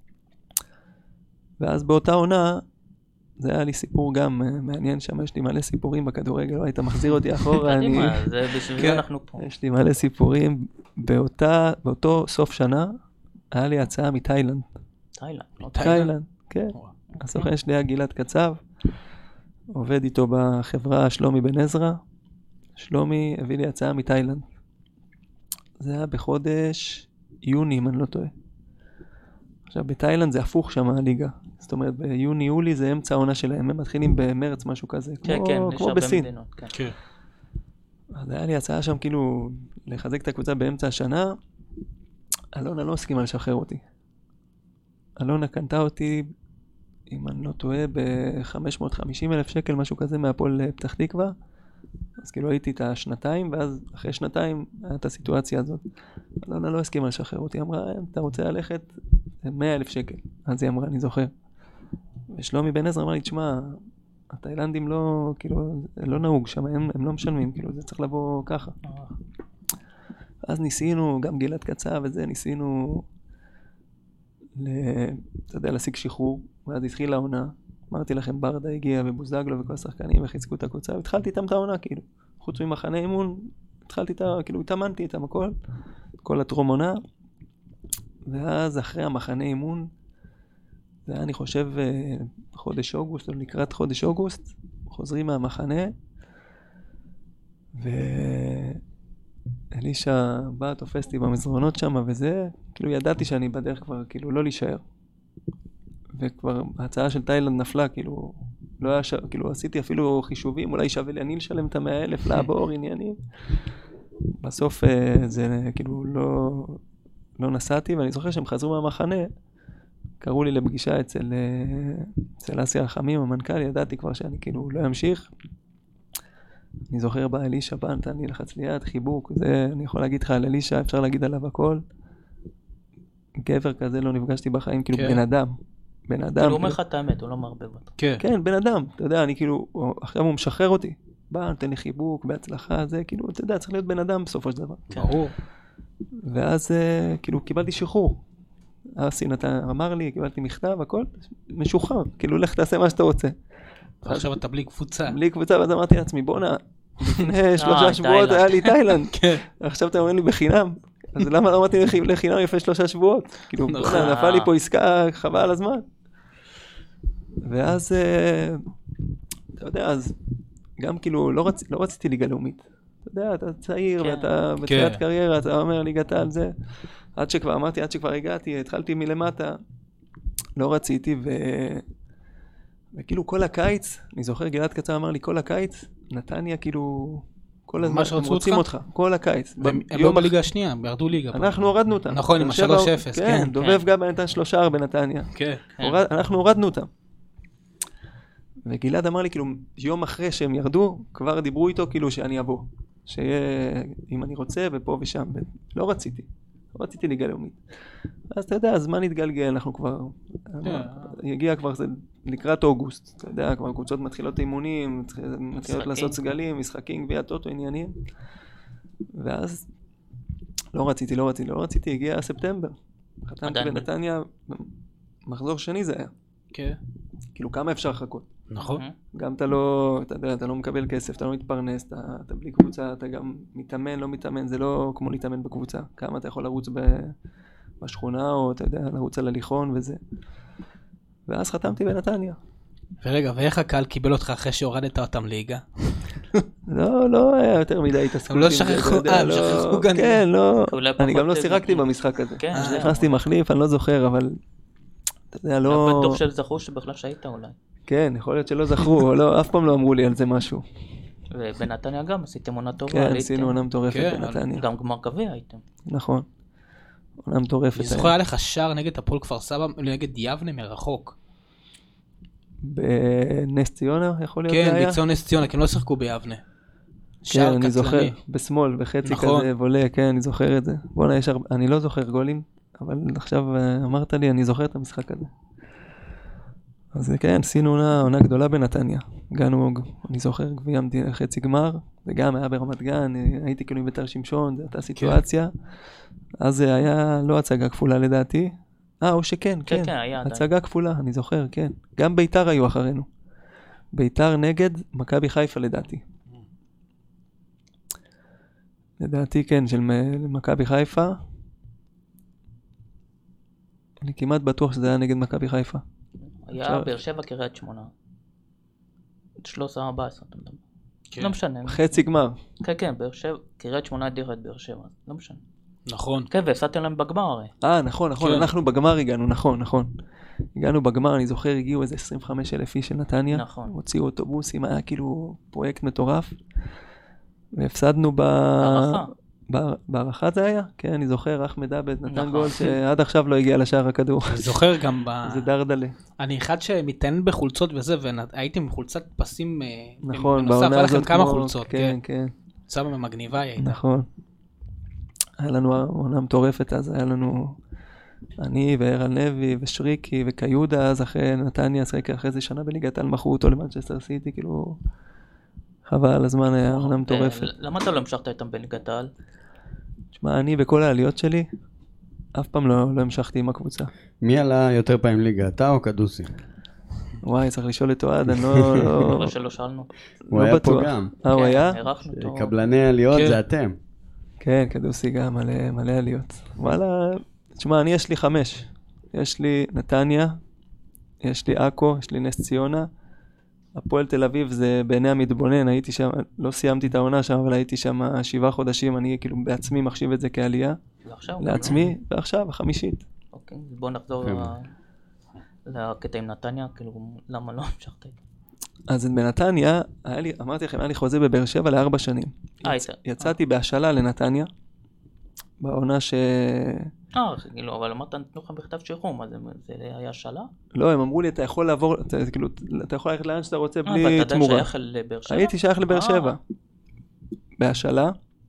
ואז באותה עונה, זה היה לי סיפור גם מעניין שם, יש לי מלא סיפורים בכדורגל, לא היית מחזיר אותי אחורה,
זה בשביל אנחנו פה.
יש לי מלא סיפורים, באותו סוף שנה, היה לי הצעה מתאילנד. תאילנד, כן. הסוכן שלי היה גלעד קצב, עובד איתו בחברה שלומי בן עזרא. שלומי הביא לי הצעה מתאילנד. זה היה בחודש יוני, אם אני לא טועה. עכשיו, בתאילנד זה הפוך שם הליגה. זאת אומרת, ביוני-יולי זה אמצע העונה שלהם. הם מתחילים במרץ, משהו כזה. כמו בסין.
כן.
אז היה לי הצעה שם כאילו לחזק את הקבוצה באמצע השנה. אלונה לא הסכימה לשחרר אותי. אלונה קנתה אותי, אם אני לא טועה, ב-550,000 שקל, משהו כזה, מהפועל פתח תקווה. אז כאילו הייתי את השנתיים, ואז אחרי שנתיים הייתה הסיטואציה הזאת. אלונה לא הסכימה לשחרר אותי, אמרה, אתה רוצה ללכת 100,000 שקל. אז היא אמרה, אני זוכר. ושלומי בן עזרא אמר לי, תשמע, התאילנדים לא, כאילו, לא נהוג שם, הם לא משלמים, כאילו, זה צריך לבוא ככה. אז ניסינו, גם גלעד קצב וזה, ניסינו אתה יודע, להשיג שחרור, ואז התחילה העונה, אמרתי לכם, ברדה הגיע ובוזגלו וכל השחקנים וחיזקו את הקבוצה, והתחלתי איתם את העונה, כאילו, חוץ ממחנה אימון, התחלתי כאילו, התאמנתי איתם הכל, כל הטרום עונה, ואז אחרי המחנה אימון, זה היה, אני חושב, חודש אוגוסט, או לקראת חודש אוגוסט, חוזרים מהמחנה, אלישה באה, תופסתי במזרונות שם וזה, כאילו ידעתי שאני בדרך כבר, כאילו לא להישאר. וכבר ההצעה של תאילנד נפלה, כאילו, לא היה כאילו עשיתי אפילו חישובים, אולי שווה לי אני לשלם את 100,000 לעבור עניינים. בסוף זה כאילו לא נסעתי, ואני זוכר שהם חזרו מהמחנה, קראו לי לפגישה אצל אסי רחמים, המנכ"ל, ידעתי כבר שאני כאילו לא אמשיך. אני זוכר בא אלישה, בא נתן לי לחץ ליד, חיבוק, זה אני יכול להגיד לך על אלישה, אפשר להגיד עליו הכל. גבר כזה לא נפגשתי בחיים, כאילו בן אדם. בן אדם.
הוא אומר לך את האמת, הוא לא מערבב אותך.
כן, בן אדם, אתה יודע, אני כאילו, עכשיו הוא משחרר אותי. בא, נתן לי חיבוק, בהצלחה, זה כאילו, אתה יודע, צריך להיות בן אדם בסופו של דבר.
ברור.
ואז כאילו קיבלתי שחרור. אסי אמר לי, קיבלתי מכתב, הכל משוחרר, כאילו לך תעשה מה שאתה רוצה.
עכשיו אתה בלי קבוצה.
בלי קבוצה, ואז אמרתי לעצמי, בונה, לפני 3 שבועות היה לי תאילנד. עכשיו אתה אומר לי בחינם. אז למה לא אמרתי לחינם לפני 3 שבועות? כאילו, נפל לי פה עסקה חבל על הזמן. ואז, אתה יודע, אז גם כאילו לא רציתי ליגה לאומית. אתה יודע, אתה צעיר ואתה בתחילת קריירה, אתה אומר ליגת העל זה. עד שכבר הגעתי, התחלתי מלמטה, לא רציתי וכאילו כל הקיץ, אני זוכר גלעד קצר אמר לי, כל הקיץ, נתניה כאילו, כל הזמן, הם רוצים אותך, כל הקיץ.
הם לא בליגה השנייה, הם ירדו ליגה.
אנחנו הורדנו אותם.
נכון, עם 3-0,
כן. דובב גבאי נתן 3 שער בנתניה.
כן.
אנחנו הורדנו אותם. וגלעד אמר לי, כאילו, יום אחרי שהם ירדו, כבר דיברו איתו כאילו שאני אבוא. שיהיה, אם אני רוצה, ופה ושם. לא רציתי ליגה לאומית. אז אתה יודע, הזמן התגלגל, אנחנו כבר הגיע כבר לקראת אוגוסט, אתה יודע, כבר קבוצות מתחילות אימונים, מתחילות לעשות סגלים, משחקים, גביע טוטו, עניינים. ואז לא רציתי, הגיע ספטמבר. חתמתי בנתניה, מחזור שני זה היה.
כן.
כאילו כמה אפשר לחכות.
נכון.
גם אתה לא מקבל כסף, אתה לא מתפרנס, אתה בלי קבוצה, אתה גם מתאמן, לא מתאמן, זה לא כמו להתאמן בקבוצה. כמה אתה יכול לרוץ בשכונה, או אתה יודע, לרוץ על הליכון וזה. ואז חתמתי בנתניה.
ורגע, ואיך הקהל קיבל אותך אחרי שהורדת אותם ליגה?
לא היה יותר מדי התעסקות.
הם לא שכחו גנים.
כן, לא. אני גם לא שיחקתי במשחק הזה. נכנסתי מחליף, אני לא זוכר, אבל אתה יודע, לא...
לא בטוח שזכרו שבכלל שהיית אולי.
כן, יכול להיות שלא זכרו, אף פעם לא אמרו לי על זה משהו.
ובנתניה גם עשיתם עונה טובה.
כן, עשינו עונה מטורפת בנתניה.
גם גמר גביע הייתם.
נכון. עונה מטורפת.
אני זוכר היה לך שער נגד הפועל כפר סבא, נגד יבנה מרחוק.
בנס ציונה יכול להיות זה היה?
כן, בציון נס ציונה, כי הם לא שחקו ביבנה.
כן, אני זוכר, בשמאל, בחצי כזה וולה, כן, אני זוכר את זה. בוא'נה, אני לא זוכר גולים, אבל עכשיו אמרת לי, אני זוכר את המשחק הזה. אז כן, עשינו עונה גדולה בנתניה. הגענו, אני זוכר, גביעמתי חצי גמר, זה גם היה ברמת גן, הייתי כאילו בביתר שמשון, זו הייתה סיטואציה. אז זה היה לא הצגה כפולה לדעתי. או שכן, כן, הצגה כפולה, אני זוכר, כן. גם ביתר היו אחרינו. ביתר נגד מכבי חיפה לדעתי. לדעתי כן, של מכבי חיפה. אני כמעט בטוח שזה היה נגד מכבי חיפה.
היה באר שבע קריית שמונה. 13-14 אתה מדבר. לא משנה.
חצי גמר.
כן, באר שבע, קריית שמונה הדירה את באר שבע, לא משנה.
נכון.
כן, והפסדתם להם בגמר הרי.
נכון, אנחנו בגמר הגענו, נכון. הגענו בגמר, אני זוכר, הגיעו איזה 25,000 איש של נתניה.
נכון.
הוציאו אוטובוסים, היה כאילו פרויקט מטורף. והפסדנו בהערכה זה היה? כן, אני זוכר, אחמד עבד נתן גול שעד עכשיו לא הגיע לשער הכדור.
אני זוכר גם
זה דרדלה.
אני אחד שמתעניין בחולצות וזה, והייתי עם חולצת פסים
נכון,
בנוסף,
בעונה
היה לכם
הזאת
כמה חולצות.
כן.
סבא ממגניבה הייתה.
נכון. היה לנו עונה מטורפת, אז היה לנו אני וערן לוי ושריקי וקיודה, אז אחרי נתניה, אחרי זה שנה בליגת העל מכרו אותו למנצ'סטר סיטי, כאילו חבל על הזמן, היה עונה מטורפת.
למה אתה לא המשכת איתם בליגת העל?
תשמע, אני בכל העליות שלי, אף פעם לא המשכתי עם הקבוצה.
מי עלה יותר פעמים ליגה, אתה או קדוסי?
וואי, צריך לשאול את אוהד, אני לא...
לא שלא שאלנו.
הוא היה פה גם.
הוא היה?
קבלני עליות זה אתם.
כן, קדוסי גם, מלא עליות. וואלה, תשמע, אני יש לי 5. יש לי נתניה, יש לי עכו, יש לי נס ציונה. הפועל תל אביב זה בעיני המתבונן, הייתי שם, לא סיימתי את העונה שם, אבל הייתי שם 7 חודשים, אני כאילו בעצמי מחשיב את זה כעלייה. לעצמי, ועכשיו, החמישית.
אוקיי, בוא נחזור לקטע עם נתניה, כאילו, למה לא המשכת?
אז בנתניה, אמרתי לכם, היה לי חוזה בבאר שבע ל4 שנים. יצאתי בהשאלה לנתניה, בעונה
כאילו, אבל אמרת, נתנו לך בכתב שחרור, מה זה היה השאלה?
לא, הם אמרו לי, אתה יכול לעבור, אתה יכול ללכת לאן שאתה רוצה בלי תמורה.
ואתה עדיין שייך לבאר שבע?
הייתי שייך לבאר שבע. בהשאלה.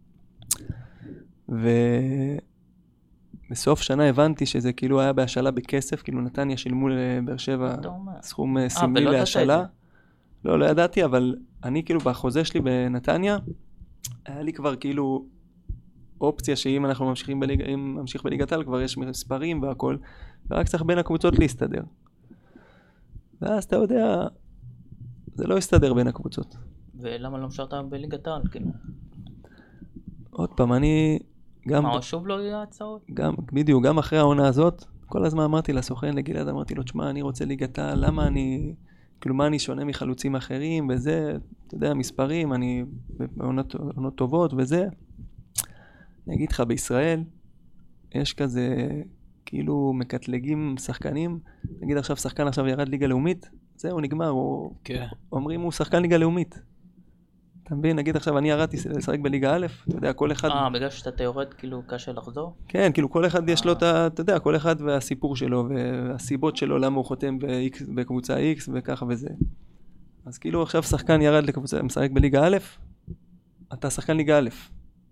ובסוף שנה הבנתי שזה כאילו היה בהשאלה בכסף, כאילו נתניה שילמו לבאר שבע סכום סמלי להשאלה. לא ידעתי, אבל אני כאילו בחוזה שלי בנתניה, היה לי כבר כאילו אופציה שאם אנחנו ממשיכים בליגה, אם ממשיך בליגת העל, כבר יש מספרים והכל, ורק צריך בין הקבוצות להסתדר. ואז אתה יודע, זה לא יסתדר בין הקבוצות.
ולמה לא משרת בליגת העל, כאילו?
עוד פעם, אני גם...
מה, שוב לא יהיה הצעות?
בדיוק, גם אחרי העונה הזאת, כל הזמן אמרתי לסוכן, לגלעד, אמרתי לו, תשמע, אני רוצה ליגת העל, למה אני... כאילו מה אני שונה מחלוצים אחרים, וזה, אתה יודע, מספרים, אני בעונות טובות וזה. אני אגיד לך, בישראל, יש כזה, כאילו מקטלגים שחקנים, נגיד עכשיו שחקן עכשיו ירד ליגה לאומית, זהו, נגמר, אומרים הוא שחקן ליגה לאומית. אתה מבין, נגיד עכשיו אני ירדתי לשחק בליגה א', אתה יודע, כל אחד...
בגלל שאתה יורד, כאילו קשה לחזור?
כן, כאילו כל אחד יש לו את, אתה יודע, כל אחד והסיפור שלו, והסיבות שלו, למה הוא חותם בקבוצה X וככה וזה. אז כאילו עכשיו שחקן ירד לקבוצה, משחק בליגה א', אתה שחקן ליגה א'.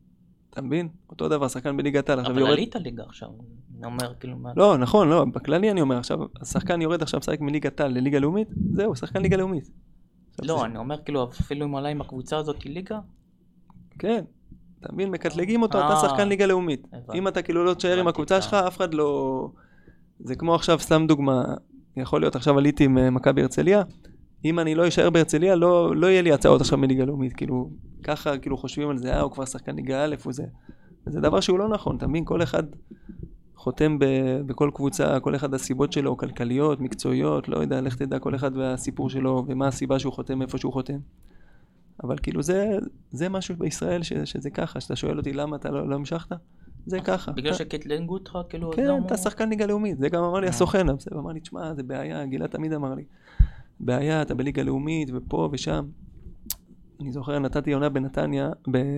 אתה מבין? אותו דבר, שחקן בליגת העל.
אבל עלית ליגה עכשיו, אני אומר כאילו מה...
לא, נכון, לא, בכללי אני אומר, עכשיו, השחקן יורד עכשיו שחק מליגת העל לליגה לאומית, זהו, שחקן ליגה לאומית.
לא, אני אומר כאילו, אפילו אם עלה עם הקבוצה הזאת ליגה?
כן, אתה מבין, מקטלגים אותו, אתה שחקן ליגה לאומית. אם אתה כאילו לא תשאר עם הקבוצה שלך, אף אחד לא... זה כמו עכשיו, סתם דוגמה, יכול להיות עכשיו עליתי עם מכבי הרצליה, אם אני לא אשאר בהרצליה, לא יהיה לי הצעות עכשיו מליגה לאומית, כאילו, ככה כאילו חושבים על זה, הוא כבר שחקן ליגה א' וזה. זה דבר שהוא לא נכון, אתה מבין, כל אחד חותם בכל קבוצה, כל אחד הסיבות שלו, כלכליות, מקצועיות, לא יודע, לך תדע כל אחד והסיפור שלו, ומה הסיבה שהוא חותם, איפה שהוא חותם. אבל כאילו זה משהו בישראל שזה ככה, שאתה שואל אותי למה אתה לא המשכת, זה ככה.
בגלל שקטלנגו אותך, כאילו...
כן, אתה שחקן ליגה לאומית, זה גם אמר לי הסוכן, הוא אמר לי, תשמע, זה בעיה, גילה תמיד אמר לי, בעיה, אתה בליגה לאומית, ופה ושם. אני זוכר, נתתי עונה בנתניה,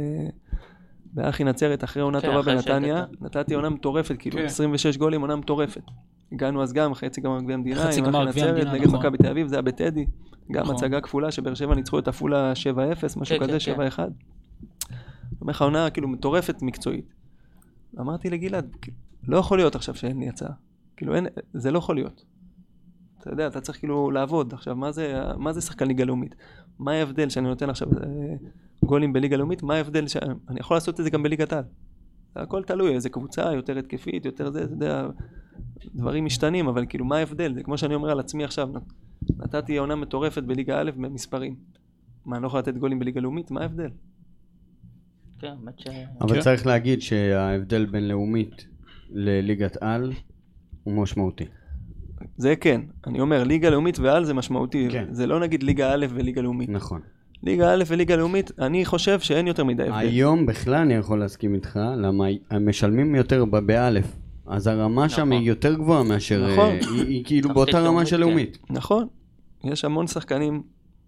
באחי נצרת, אחרי עונה טובה בנתניה, נתתי עונה מטורפת, כאילו 26 גולים, עונה מטורפת. הגענו אז גם חצי גמר גביע המדינה, עם אחי נצרת, נגד מכבי תל אביב, זה היה בטדי, גם הצגה כפולה, שבאר שבע ניצחו את עפולה 7-0, משהו כזה, 7-1. אומר לך, עונה כאילו מטורפת מקצועית. אמרתי לגלעד, לא יכול להיות עכשיו שאין לי הצעה. כאילו זה לא יכול להיות. אתה יודע, אתה צריך כאילו לעבוד. עכשיו, מה זה שחקן ליגה לאומית? מה ההבדל שאני נותן עכשיו גולים בליגה לאומית? מה ההבדל אני יכול לעשות את זה גם בליגת העל. הכל תלוי, איזה קבוצה, יותר התקפית, יותר זה, אתה יודע, דברים משתנים, אבל כאילו, מה ההבדל? זה כמו שאני אומר על עצמי עכשיו, נתתי עונה מטורפת בליגה א' במספרים. מה, אני לא יכול לתת גולים בליגה לאומית? מה ההבדל?
כן, באמת ש...
אבל צריך להגיד שההבדל בין לאומית לליגת על הוא משמעותי.
זה כן, אני אומר, ליגה לאומית ועל זה משמעותי,
כן.
זה לא נגיד ליגה א' וליגה לאומית.
נכון.
ליגה א' וליגה לאומית, אני חושב שאין יותר מדי הבדל.
היום בכלל אני יכול להסכים איתך, למה הם משלמים יותר באלף, אז הרמה שם היא יותר גבוהה מאשר, היא כאילו באותה רמה של לאומית.
נכון, יש המון שחקנים,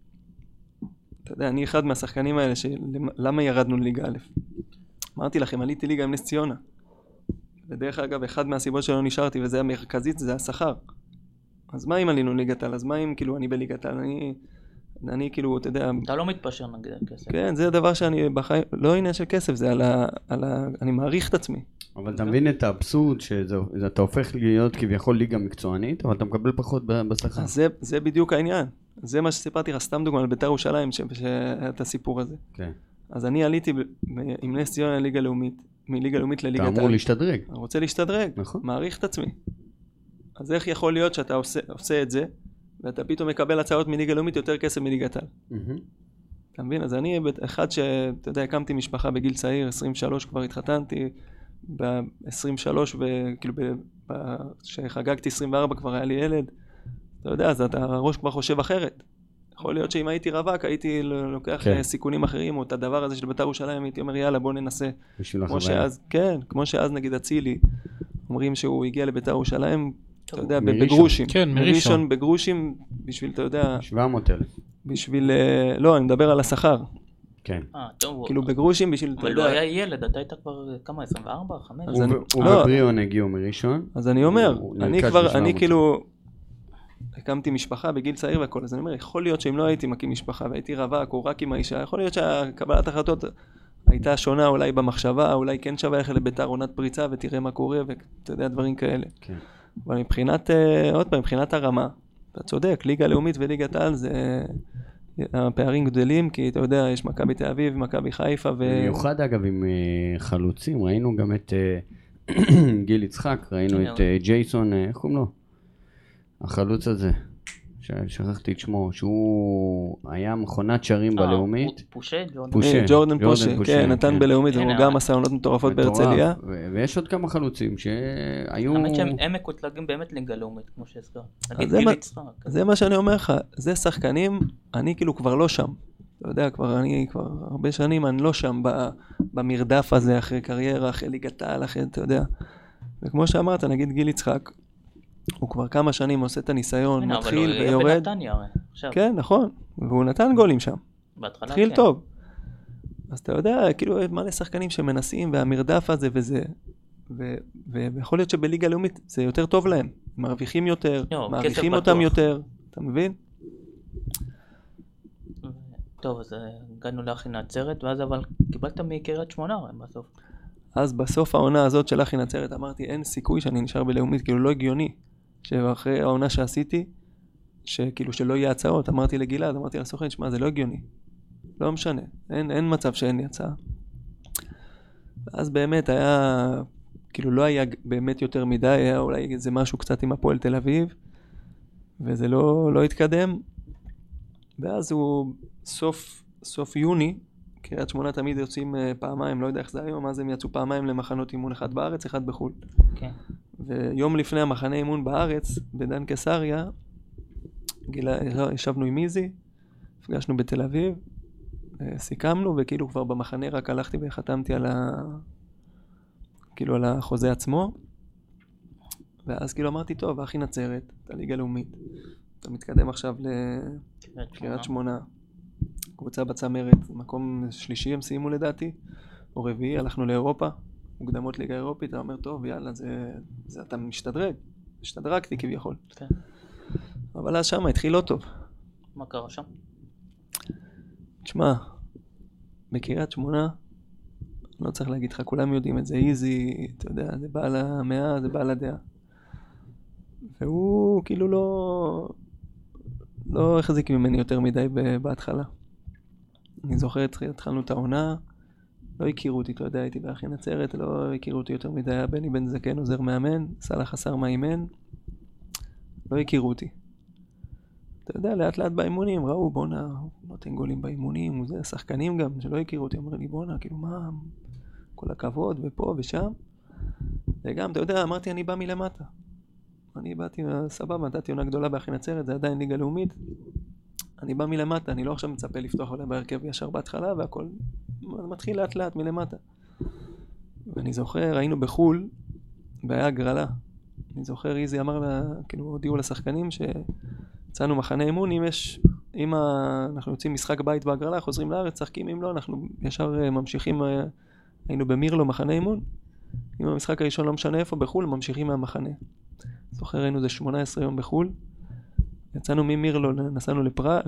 אתה יודע, אני אחד מהשחקנים האלה, למה ירדנו לליגה א'? אמרתי לכם, עליתי ליגה עם נס ציונה. ודרך אגב, אחד מהסיבות שלא נשארתי, וזה המרכזית, זה השכר. אז מה אם עלינו ליגת על? אז מה אם כאילו אני בליגת על? אני כאילו, אתה יודע...
אתה לא מתפשר נגד הכסף.
כן, זה דבר שאני בחיים... לא עניין של כסף, זה אני מעריך את עצמי.
אבל אתה מבין את האבסורד שאתה הופך להיות כביכול ליגה מקצוענית, אבל אתה מקבל פחות בשכר.
זה בדיוק העניין. זה מה שסיפרתי לך, סתם דוגמה על בית"ר ירושלים, שהיה את הסיפור הזה.
כן.
אז אני עליתי עם נס ציונה לליגה לאומית, מליגה לאומית לליגת העל.
אתה אמור להשתדרג.
אני רוצה להשתדרג,
נכון.
מעריך את עצמי. אז איך יכול להיות שאתה עושה את זה, ואתה פתאום מקבל הצעות מליגה לאומית יותר כסף מליגת העל? אתה מבין? אז אני אחד שאתה יודע, הקמתי משפחה בגיל צעיר, 23 כבר התחתנתי, ב-23 וכאילו שחגגתי 24 כבר היה לי ילד, אתה יודע, אז הראש כבר חושב אחרת. יכול להיות שאם הייתי רווק, הייתי לוקח סיכונים אחרים, או את הדבר הזה של בית"ר ירושלים, הייתי אומר, יאללה, בוא ננסה. כמו שאז, כן, כמו שאז נגיד אצילי, אומרים שהוא הגיע לבית"ר ירושלים, אתה יודע, בגרושים.
כן,
מראשון בגרושים, בשביל, אתה יודע...
700,000.
בשביל, לא, אני מדבר על השכר.
כן.
כאילו בגרושים בשביל, אתה
אבל
יודע...
לא היה ילד, אתה היית כבר כמה, 24, 5?
הוא ובריאון הגיעו מראשון.
אז אני אומר, אני כאילו... הקמתי משפחה בגיל צעיר והכל, אז אני אומר, יכול להיות שאם לא הייתי מקים משפחה והייתי רווק או רק עם האישה, יכול להיות שהקבלת החלטות הייתה שונה אולי במחשבה, אולי כן שווה איך לבית"ר עונת פריצה ותראה מה קורה ואתה יודע, דברים כאלה.
כן.
אבל מבחינת, עוד פעם, מבחינת הרמה, אתה צודק, ליגה לאומית וליגת העל זה הפערים גדלים, כי אתה יודע, יש מכבי תל אביב, מכבי חיפה
במיוחד אגב עם חלוצים, ראינו גם את גיל יצחק, ראינו את ג'ייסון, איך קוראים לו? החלוץ הזה, שכחתי את שמו, שהוא היה מכונת שרים בלאומית.
פושה?
ג'ורדן פושה, כן, נתן בלאומית, הוא גם עשה עונות מטורפות בהרצליה.
ויש עוד כמה חלוצים שהיו...
האמת שהם מקוטלגים באמת ליגה לאומית, כמו שהזכרת. נגיד גיל יצחק.
זה מה שאני אומר לך, זה שחקנים, אני כאילו כבר לא שם. אתה יודע, אני כבר הרבה שנים, אני לא שם במרדף הזה, אחרי קריירה, אחרי ליגת העל, אחרי, אתה יודע. וכמו שאמרת, נגיד גיל יצחק, הוא כבר כמה שנים עושה את הניסיון, מתחיל ויורד.
אבל הוא היה בנתניה הרי, עכשיו.
כן, נכון, והוא נתן גולים שם.
בהתחלה,
התחיל
כן.
טוב. אז אתה יודע, כאילו, מלא שחקנים שמנסים, והמרדף הזה וזה, ויכול להיות שבליגה לאומית זה יותר טוב להם. מרוויחים יותר, מעריכים אותם יותר, אתה מבין?
טוב, אז הגענו לאחי נצרת, ואז אבל קיבלת מקריית שמונה הרי בסוף.
אז בסוף העונה הזאת של אחי נצרת אמרתי, אין סיכוי שאני נשאר בלאומית, כאילו לא הגיוני, שאחרי העונה שעשיתי, שכאילו שלא יהיה הצעות, אמרתי לגלעד, אמרתי לסוכן, שמה, זה לא הגיוני, לא משנה, אין מצב שאין לי הצעה. אז באמת היה, כאילו לא היה באמת יותר מדי, היה אולי איזה משהו קצת עם הפועל תל אביב, וזה לא התקדם, ואז הוא סוף יוני, קריית שמונה תמיד יוצאים פעמיים, לא יודע איך זה היום, אז הם יצאו פעמיים למחנות אימון, אחד בארץ, אחד בחול.
כן.
ויום לפני המחנה אימון בארץ, בדן קיסריה, ישבנו עם איזי, פגשנו בתל אביב, סיכמנו, וכאילו כבר במחנה רק הלכתי וחתמתי כאילו על החוזה עצמו, ואז כאילו אמרתי, טוב, אחי נצרת, את הליגה הלאומית, אתה מתקדם עכשיו לקריית שמונה, קבוצה בצמרת, מקום שלישי הם סיימו לדעתי, או רביעי, הלכנו לאירופה, מוקדמות ליגה אירופית, אתה אומר, טוב, יאללה, זה אתה משתדרג, השתדרגתי כביכול.
כן.
אבל אז שם התחיל לא טוב.
מה קרה שם?
תשמע, בקריית שמונה, לא צריך להגיד לך, כולם יודעים את זה, איזי, אתה יודע, זה בעל המאה, זה בעל הדעה. והוא כאילו לא החזיק ממני יותר מדי בהתחלה. אני זוכר, התחלנו את העונה, לא הכירו אותי, אתה יודע, הייתי באחי נצרת, לא הכירו אותי יותר מדי, היה בני בן זקן עוזר מאמן, סלח חסר מאימן, לא הכירו אותי. אתה יודע, לאט לאט באימונים, ראו, בונה, הוא נותן גולים באימונים, וזה, שחקנים גם, שלא הכירו אותי, אמרו לי, בונה, כאילו מה, כל הכבוד, ופה ושם. וגם, אתה יודע, אמרתי, אני בא מלמטה. אני באתי, סבבה, נתתי עונה גדולה באחי נצרת, זה עדיין ליגה לאומית. אני בא מלמטה, אני לא עכשיו מצפה לפתוח עולה בהרכב ישר בהתחלה, והכל מתחיל לאט לאט מלמטה. ואני זוכר, היינו בחול, והיה הגרלה. אני זוכר, איזי אמר לה, כאילו, הודיעו לשחקנים שיצאנו מחנה אימון, אם אנחנו יוצאים משחק בית בהגרלה, חוזרים לארץ, שחקים, אם לא, אנחנו ישר ממשיכים, היינו במירלו מחנה אימון, אם המשחק הראשון לא משנה איפה, בחול, ממשיכים מהמחנה. זוכר, היינו זה 18 יום בחול, יצאנו ממירלו, נסענו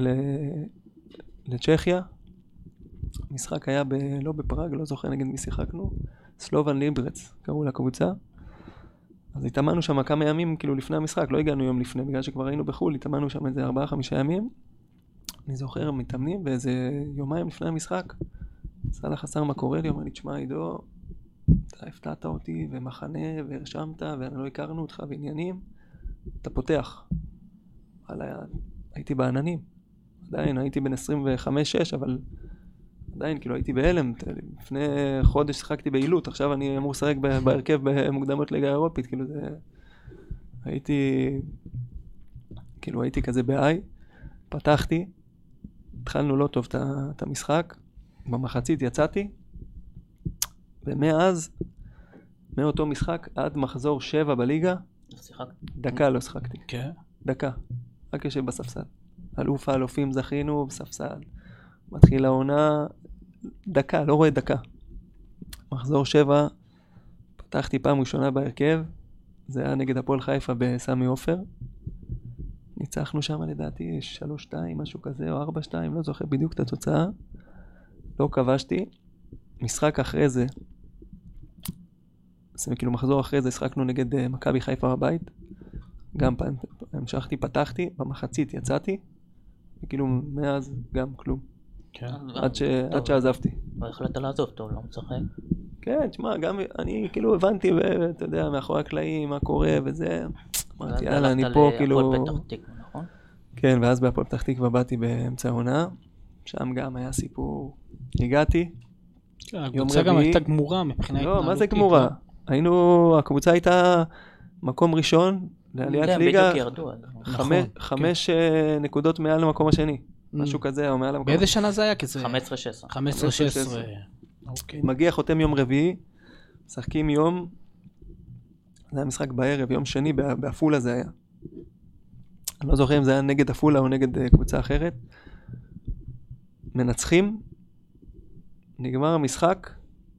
לצ'כיה, המשחק היה לא בפראג, לא זוכר נגד מי שיחקנו, סלובן ליברץ, קראו לקבוצה, אז התאמנו שם כמה ימים כאילו לפני המשחק, לא הגענו יום לפני, בגלל שכבר היינו בחול, התאמנו שם איזה 4-5 ימים, אני זוכר, מתאמנים, ואיזה יומיים לפני המשחק, סלח חסר מה קורה לי, אומר לי, תשמע עידו, אתה הפתעת אותי ומחנה והרשמת ולא הכרנו אותך בעניינים, אתה פותח. הייתי בעננים, עדיין הייתי בין 25-6, אבל עדיין כאילו הייתי בהלם, לפני חודש שחקתי בעילות, עכשיו אני אמור לשחק בהרכב במוקדמות ליגה אירופית, כאילו זה, הייתי כזה בעי, פתחתי, התחלנו לא טוב את המשחק, במחצית יצאתי, ומאז, מאותו משחק עד מחזור 7 בליגה, דקה לא שחקתי.
כן.
דקה. רק יושב בספסל. אלוף האלופים זכינו בספסל. מתחיל העונה, דקה, לא רואה דקה. מחזור 7, פתחתי פעם ראשונה בהרכב, זה היה נגד הפועל חיפה בסמי עופר. ניצחנו שם לדעתי 3-2, משהו כזה, או 4-2, לא זוכר בדיוק את התוצאה. לא כבשתי. משחק אחרי זה, כאילו מחזור אחרי זה, שחקנו נגד מכבי חיפה בבית. גם פעם, המשכתי, פתחתי, במחצית יצאתי, וכאילו מאז גם כלום.
כן.
עד שעזבתי.
והחלטת לעזוב, טוב, לא מצחק.
כן, תשמע, גם אני כאילו הבנתי, ואתה יודע, מאחורי הקלעים, מה קורה וזה. אמרתי, יאללה, אני פה כאילו...
בהפועל פתח תקווה, נכון?
כן, ואז בהפועל פתח תקווה באתי באמצע העונה, שם גם היה סיפור, הגעתי.
כן, הקבוצה גם הייתה גמורה מבחינה התנהלותית.
לא, מה זה גמורה? הקבוצה הייתה מקום ראשון, לעליית ליגה, 5 נקודות מעל למקום השני. משהו כזה, או מעל למקום.
באיזה שנה זה היה?
15-16.
15-16.
מגיע חותם יום רביעי, משחקים יום, זה היה משחק בערב, יום שני, באפולה זה היה. אני לא זוכר אם זה היה נגד אפולה או נגד קבוצה אחרת. מנצחים, נגמר המשחק,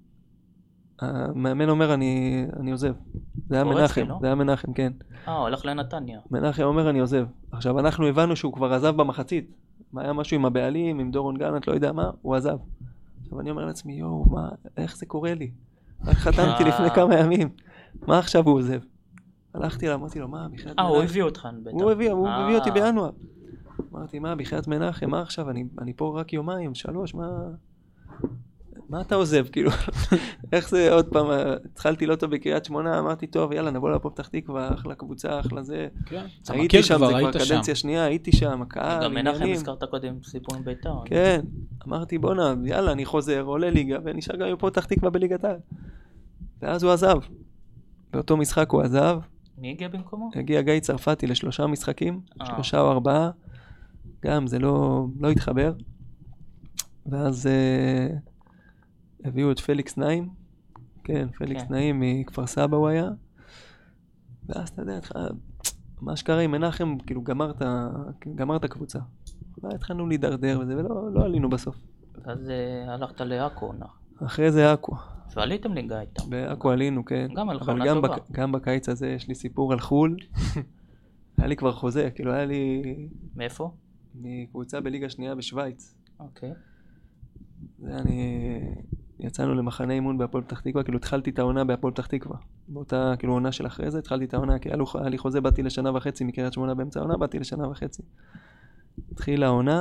המאמן אומר אני עוזב. זה היה מנחם, זה היה מנחם, כן.
הולך לנתניה.
מנחם אומר אני עוזב. עכשיו אנחנו הבנו שהוא כבר עזב במחצית. מה היה משהו עם הבעלים, עם דורון גנט, לא יודע מה, הוא עזב. עכשיו אני אומר לעצמי, איך זה קורה לי? רק חתנתי לפני כמה ימים. מה עכשיו הוא עוזב? הלכתי לה, אמרתי לו, מה, בחיית מנחם?
הוא הביא אותך בטח.
הוא הביא אותי בינואר. אמרתי, מה, בחיית מנחם, מה עכשיו? אני פה רק יומיים, 3, מה אתה עוזב, כאילו? איך זה עוד פעם, התחלתי לא טוב בקריית שמונה, אמרתי, טוב, יאללה, נבוא לפה פתח תקווה, אחלה קבוצה, אחלה זה. הייתי שם, זה כבר קדנציה שנייה, הייתי שם, הקהל,
גם מנחם הזכרת קודם סיפור עם ביתר.
כן, אמרתי, בונה, יאללה, אני חוזר, עולה ליגה, ונשאר גם פה פתח תקווה בליגת העל. ואז הוא עזב. באותו משחק הוא עזב.
מי הגיע במקומו?
הגיע גיא צרפתי ל3 משחקים, 3 או 4. גם זה לא התחבר. ואז הביאו את פליקס נעים. כן, פליקס נעים מכפר סבא הוא היה. ואז אתה יודע, מה שקרה עם מנחם, כאילו גמר את הקבוצה. התחלנו להידרדר וזה, ולא עלינו בסוף.
אז הלכת לעכו.
אחרי זה עכו.
ועליתם ליגה איתם.
בעכו עלינו, כן.
גם על
אבל
חונה טובה.
גם בקיץ הזה יש לי סיפור על חול. היה לי כבר חוזה, כאילו היה לי...
מאיפה?
מקבוצה בליגה שנייה בשוויץ.
אוקיי.
יצאנו למחנה אימון בהפועל פתח תקווה, כאילו התחלתי את העונה בהפועל פתח תקווה. באותה כאילו עונה של אחרי זה, התחלתי את העונה, כי היה לי חוזה, באתי לשנה וחצי מקריית שמונה באמצע העונה, באתי לשנה וחצי. התחילה העונה,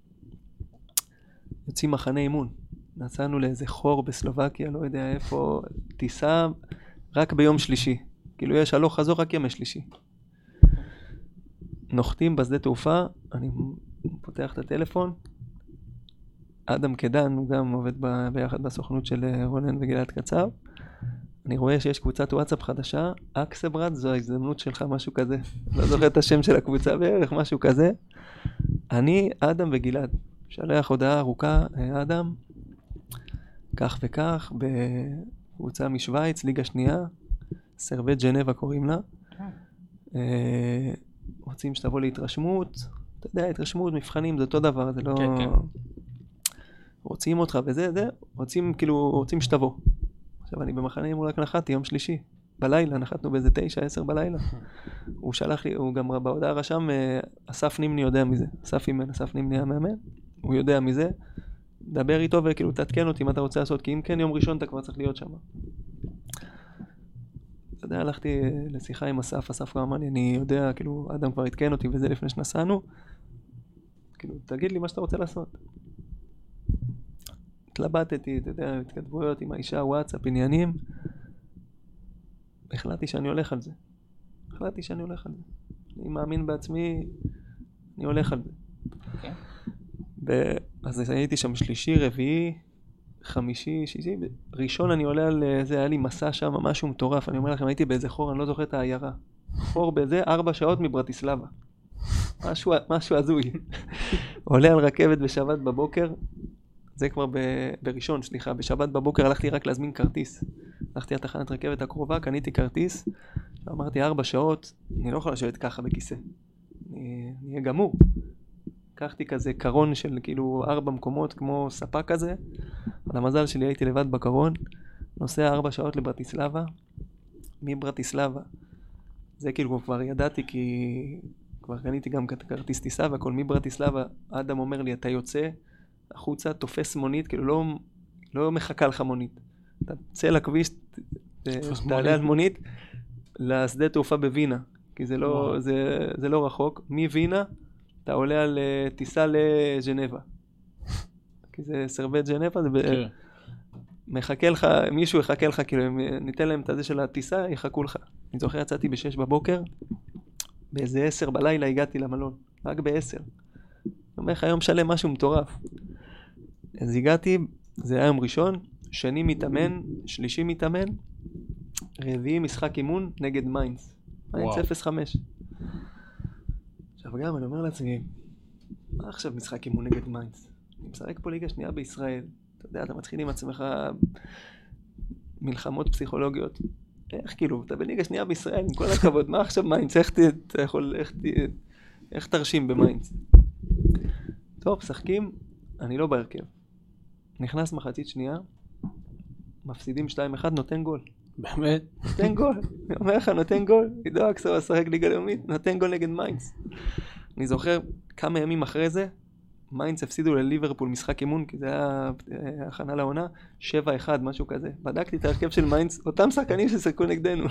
יוצאים מחנה אימון. נסענו לאיזה חור בסלובקיה, לא יודע איפה, טיסה רק ביום שלישי. כאילו יש הלוך חזור רק ימי שלישי. נוחתים בשדה תעופה, אני פותח את הטלפון, אדם קדן, הוא גם עובד ביחד בסוכנות של רונן וגלעד קצב. אני רואה שיש קבוצת וואטסאפ חדשה, אקסברד, זו ההזדמנות שלך, משהו כזה. לא זוכר את השם של הקבוצה בערך, משהו כזה. אני, אדם וגלעד. שלח הודעה ארוכה, אדם, כך וכך, בקבוצה משוויץ, ליגה שנייה, סרבט ג'נבה קוראים לה. רוצים שתבוא להתרשמות, אתה יודע, התרשמות, מבחנים, זה אותו דבר, זה לא... כן. רוצים אותך וזה, רוצים שתבוא. עכשיו אני במחנה אימון רק נחתי, יום שלישי, בלילה, נחתנו באיזה 9-10 בלילה. הוא שלח לי, הוא גם בהודעה רשם, אסף נימני יודע מזה, אסף נימני המאמן, הוא יודע מזה, דבר איתו וכאילו תתקן אותי מה אתה רוצה לעשות, כי אם כן יום ראשון אתה כבר צריך להיות שם. אתה יודע, הלכתי לשיחה עם אסף כבר אמר לי, אני יודע, כאילו, אדם כבר התקן אותי וזה לפני שנסענו, כאילו, תגיד לי מה שאתה רוצה לעשות. התלבטתי, אתה יודע, התכתבויות עם האישה, וואטסאפ, עניינים, החלטתי שאני הולך על זה. אני מאמין בעצמי, אני הולך על זה. אז הייתי שם שלישי, רביעי, חמישי, שישי, ראשון אני עולה על זה, היה לי מסע שם, משהו מטורף, אני אומר לכם, הייתי באיזה חור, אני לא זוכר את העיירה. חור באיזה 4 שעות מברטיסלבה. משהו הזוי. עולה על רכבת בשבת בבוקר, זה כבר בראשון, סליחה, בשבת בבוקר הלכתי רק להזמין כרטיס. הלכתי לתחנת רכבת הקרובה, קניתי כרטיס, אמרתי 4 שעות, אני לא יכול לשבת ככה בכיסא. אני אהיה גמור. לקחתי כזה קרון של כאילו 4 מקומות כמו ספה כזה. על המזל שלי הייתי לבד בקרון, נוסע 4 שעות לברטיסלבה. מברטיסלבה. זה כאילו כבר ידעתי כי כבר קניתי גם כרטיס טיסה והכל. מברטיסלבה, אדם אומר לי אתה יוצא החוצה, תופס מונית, כאילו לא מחכה לך מונית. אתה צא לכביש, תעלה על מונית לשדה תעופה בווינה, כי זה לא רחוק. מווינה אתה עולה על טיסה לג'נבה. כי זה סרבט ג'נבה, זה מחכה לך, מישהו יחכה לך, כאילו ניתן להם את הזה של הטיסה, יחכו לך. אני זוכר, יצאתי ב6 בבוקר, באיזה 10 בלילה הגעתי למלון, רק ב10. אומר לך, היום שלם משהו מטורף. אז הגעתי, זה היה יום ראשון, שני מתאמן, שלישי מתאמן, רביעי משחק אימון נגד מיינס. מיינס 0-5. עכשיו גם אני אומר לעצמי, מה עכשיו משחק אימון נגד מיינס? אני משחק פה ליגה שנייה בישראל. אתה יודע, אתה מתחיל עם עצמך מלחמות פסיכולוגיות. איך כאילו, אתה בליגה שנייה בישראל, עם כל הכבוד, מה עכשיו מיינס? איך תרשים במיינס? טוב, שחקים, אני לא בהרכב. נכנס מחצית שנייה, מפסידים 2-1, נותן גול.
באמת?
נותן גול. אני אומר לך, נותן גול. עידו אקסו, השחק ליגה לאומית, נותן גול נגד מיינס. אני זוכר כמה ימים אחרי זה, מיינדס הפסידו לליברפול משחק אימון, כי זה היה הכנה לעונה, 7-1, משהו כזה. בדקתי את ההרכב של מיינדס, אותם שחקנים ששחקו נגדנו.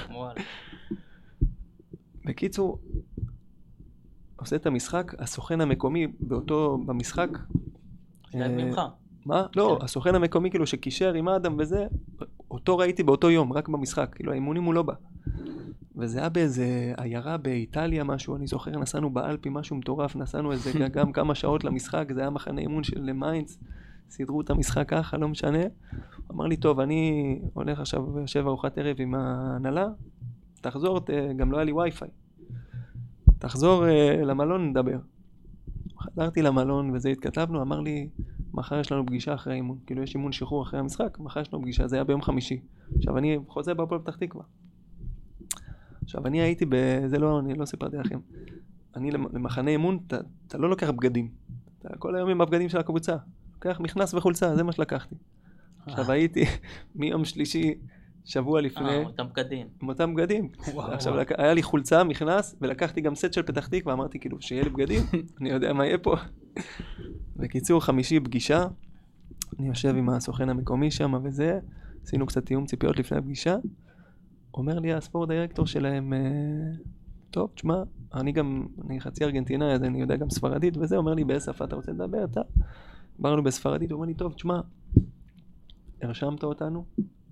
בקיצור, עושה את המשחק, הסוכן המקומי במשחק...
ממך.
מה? לא, הסוכן המקומי כאילו שקישר עם האדם וזה, אותו ראיתי באותו יום, רק במשחק, כאילו האימונים הוא לא בא. וזה היה באיזה עיירה באיטליה משהו, אני זוכר, נסענו באלפי משהו מטורף, נסענו איזה גם כמה שעות למשחק, זה היה מחנה אימון של מיינדס, סידרו את המשחק ככה, לא משנה. אמר לי, טוב, אני הולך עכשיו יושב ארוחת ערב עם ההנהלה, תחזור, גם לא היה לי וי-פיי. תחזור למלון נדבר. חזרתי למלון וזה התכתבנו, אמר לי, מחר יש לנו פגישה אחרי אימון, כאילו יש אימון שחרור אחרי המשחק, מחר יש לנו פגישה, זה היה ביום חמישי. עכשיו אני חוזר בהפועל פתח תקווה. עכשיו אני הייתי זה לא, אני לא סיפרתי לכם. אני למחנה אימון, אתה לא לוקח בגדים. אתה כל היום עם הבגדים של הקבוצה. לוקח מכנס וחולצה, זה מה שלקחתי. עכשיו הייתי מיום שלישי, שבוע לפני.
אותם בגדים.
אותם בגדים. עכשיו היה לי חולצה, מכנס, ולקחתי גם סט של פתח תקווה, ואמרתי כאילו שיהיה לי בגדים, אני יודע מה יהיה פה. בקיצור, חמישי פגישה, אני יושב עם הסוכן המקומי שם וזה, עשינו קצת תיאום ציפיות לפני הפגישה, אומר לי הספורט דירקטור שלהם, טוב, תשמע, אני חצי ארגנטינאי, אז אני יודע גם ספרדית וזה, אומר לי באיזה שפה אתה רוצה לדבר, אתה? אמרנו בספרדית, הוא אומר לי, טוב, תשמע, הרשמת אותנו?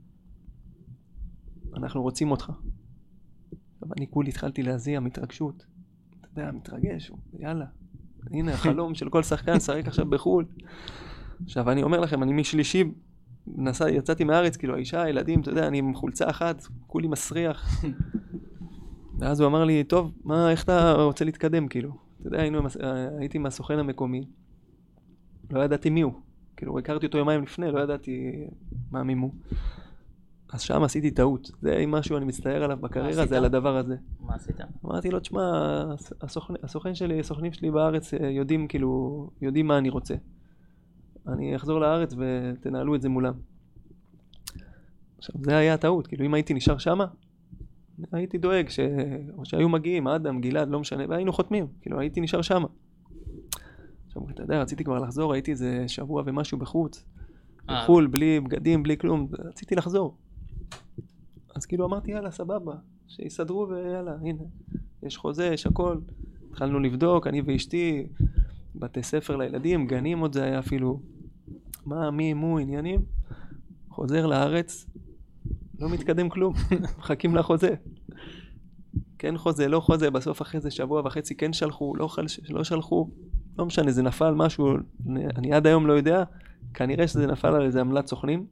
אנחנו רוצים אותך. אני כולי התחלתי להזיע, מתרגשות, אתה יודע, מתרגש, יאללה. הנה, החלום של כל שחקן, שחק עכשיו בחול. עכשיו, אני אומר לכם, אני משלישי, יצאתי מהארץ, כאילו, האישה, הילדים, אתה יודע, אני עם חולצה אחת, כולי מסריח. ואז הוא אמר לי, טוב, איך אתה רוצה להתקדם, כאילו? אתה יודע, הייתי מהסוכן המקומי, לא ידעתי מי הוא. כאילו, הכרתי אותו יומיים לפני, לא ידעתי מה מי הוא. אז שם עשיתי טעות. זה משהו אני מצטער עליו בקריירה, זה על הדבר הזה.
מה עשית?
אמרתי לו, תשמע, הסוכנים שלי בארץ יודעים מה אני רוצה. אני אחזור לארץ ותנהלו את זה מולם. עכשיו, זה היה הטעות. כאילו, אם הייתי נשאר שמה, הייתי דואג שהיו מגיעים, אדם, גלעד, לא משנה, והיינו חותמים. כאילו, הייתי נשאר שמה. עכשיו, אתה יודע, רציתי כבר לחזור, הייתי איזה שבוע ומשהו בחוץ. בחול, בלי בגדים, בלי כלום. רציתי לחזור. אז כאילו אמרתי, יאללה, סבבה, שיסדרו ויאללה, הנה, יש חוזה, יש הכל. התחלנו לבדוק, אני ואשתי, בתי ספר לילדים, גנים עוד זה היה אפילו, מי, עניינים. חוזר לארץ, לא מתקדם כלום, מחכים לחוזה. כן חוזה, לא חוזה, בסוף אחרי זה שבוע וחצי כן שלחו, לא שלחו, לא משנה, זה נפל משהו, אני עד היום לא יודע, כנראה שזה נפל על איזה עמלת סוכנים.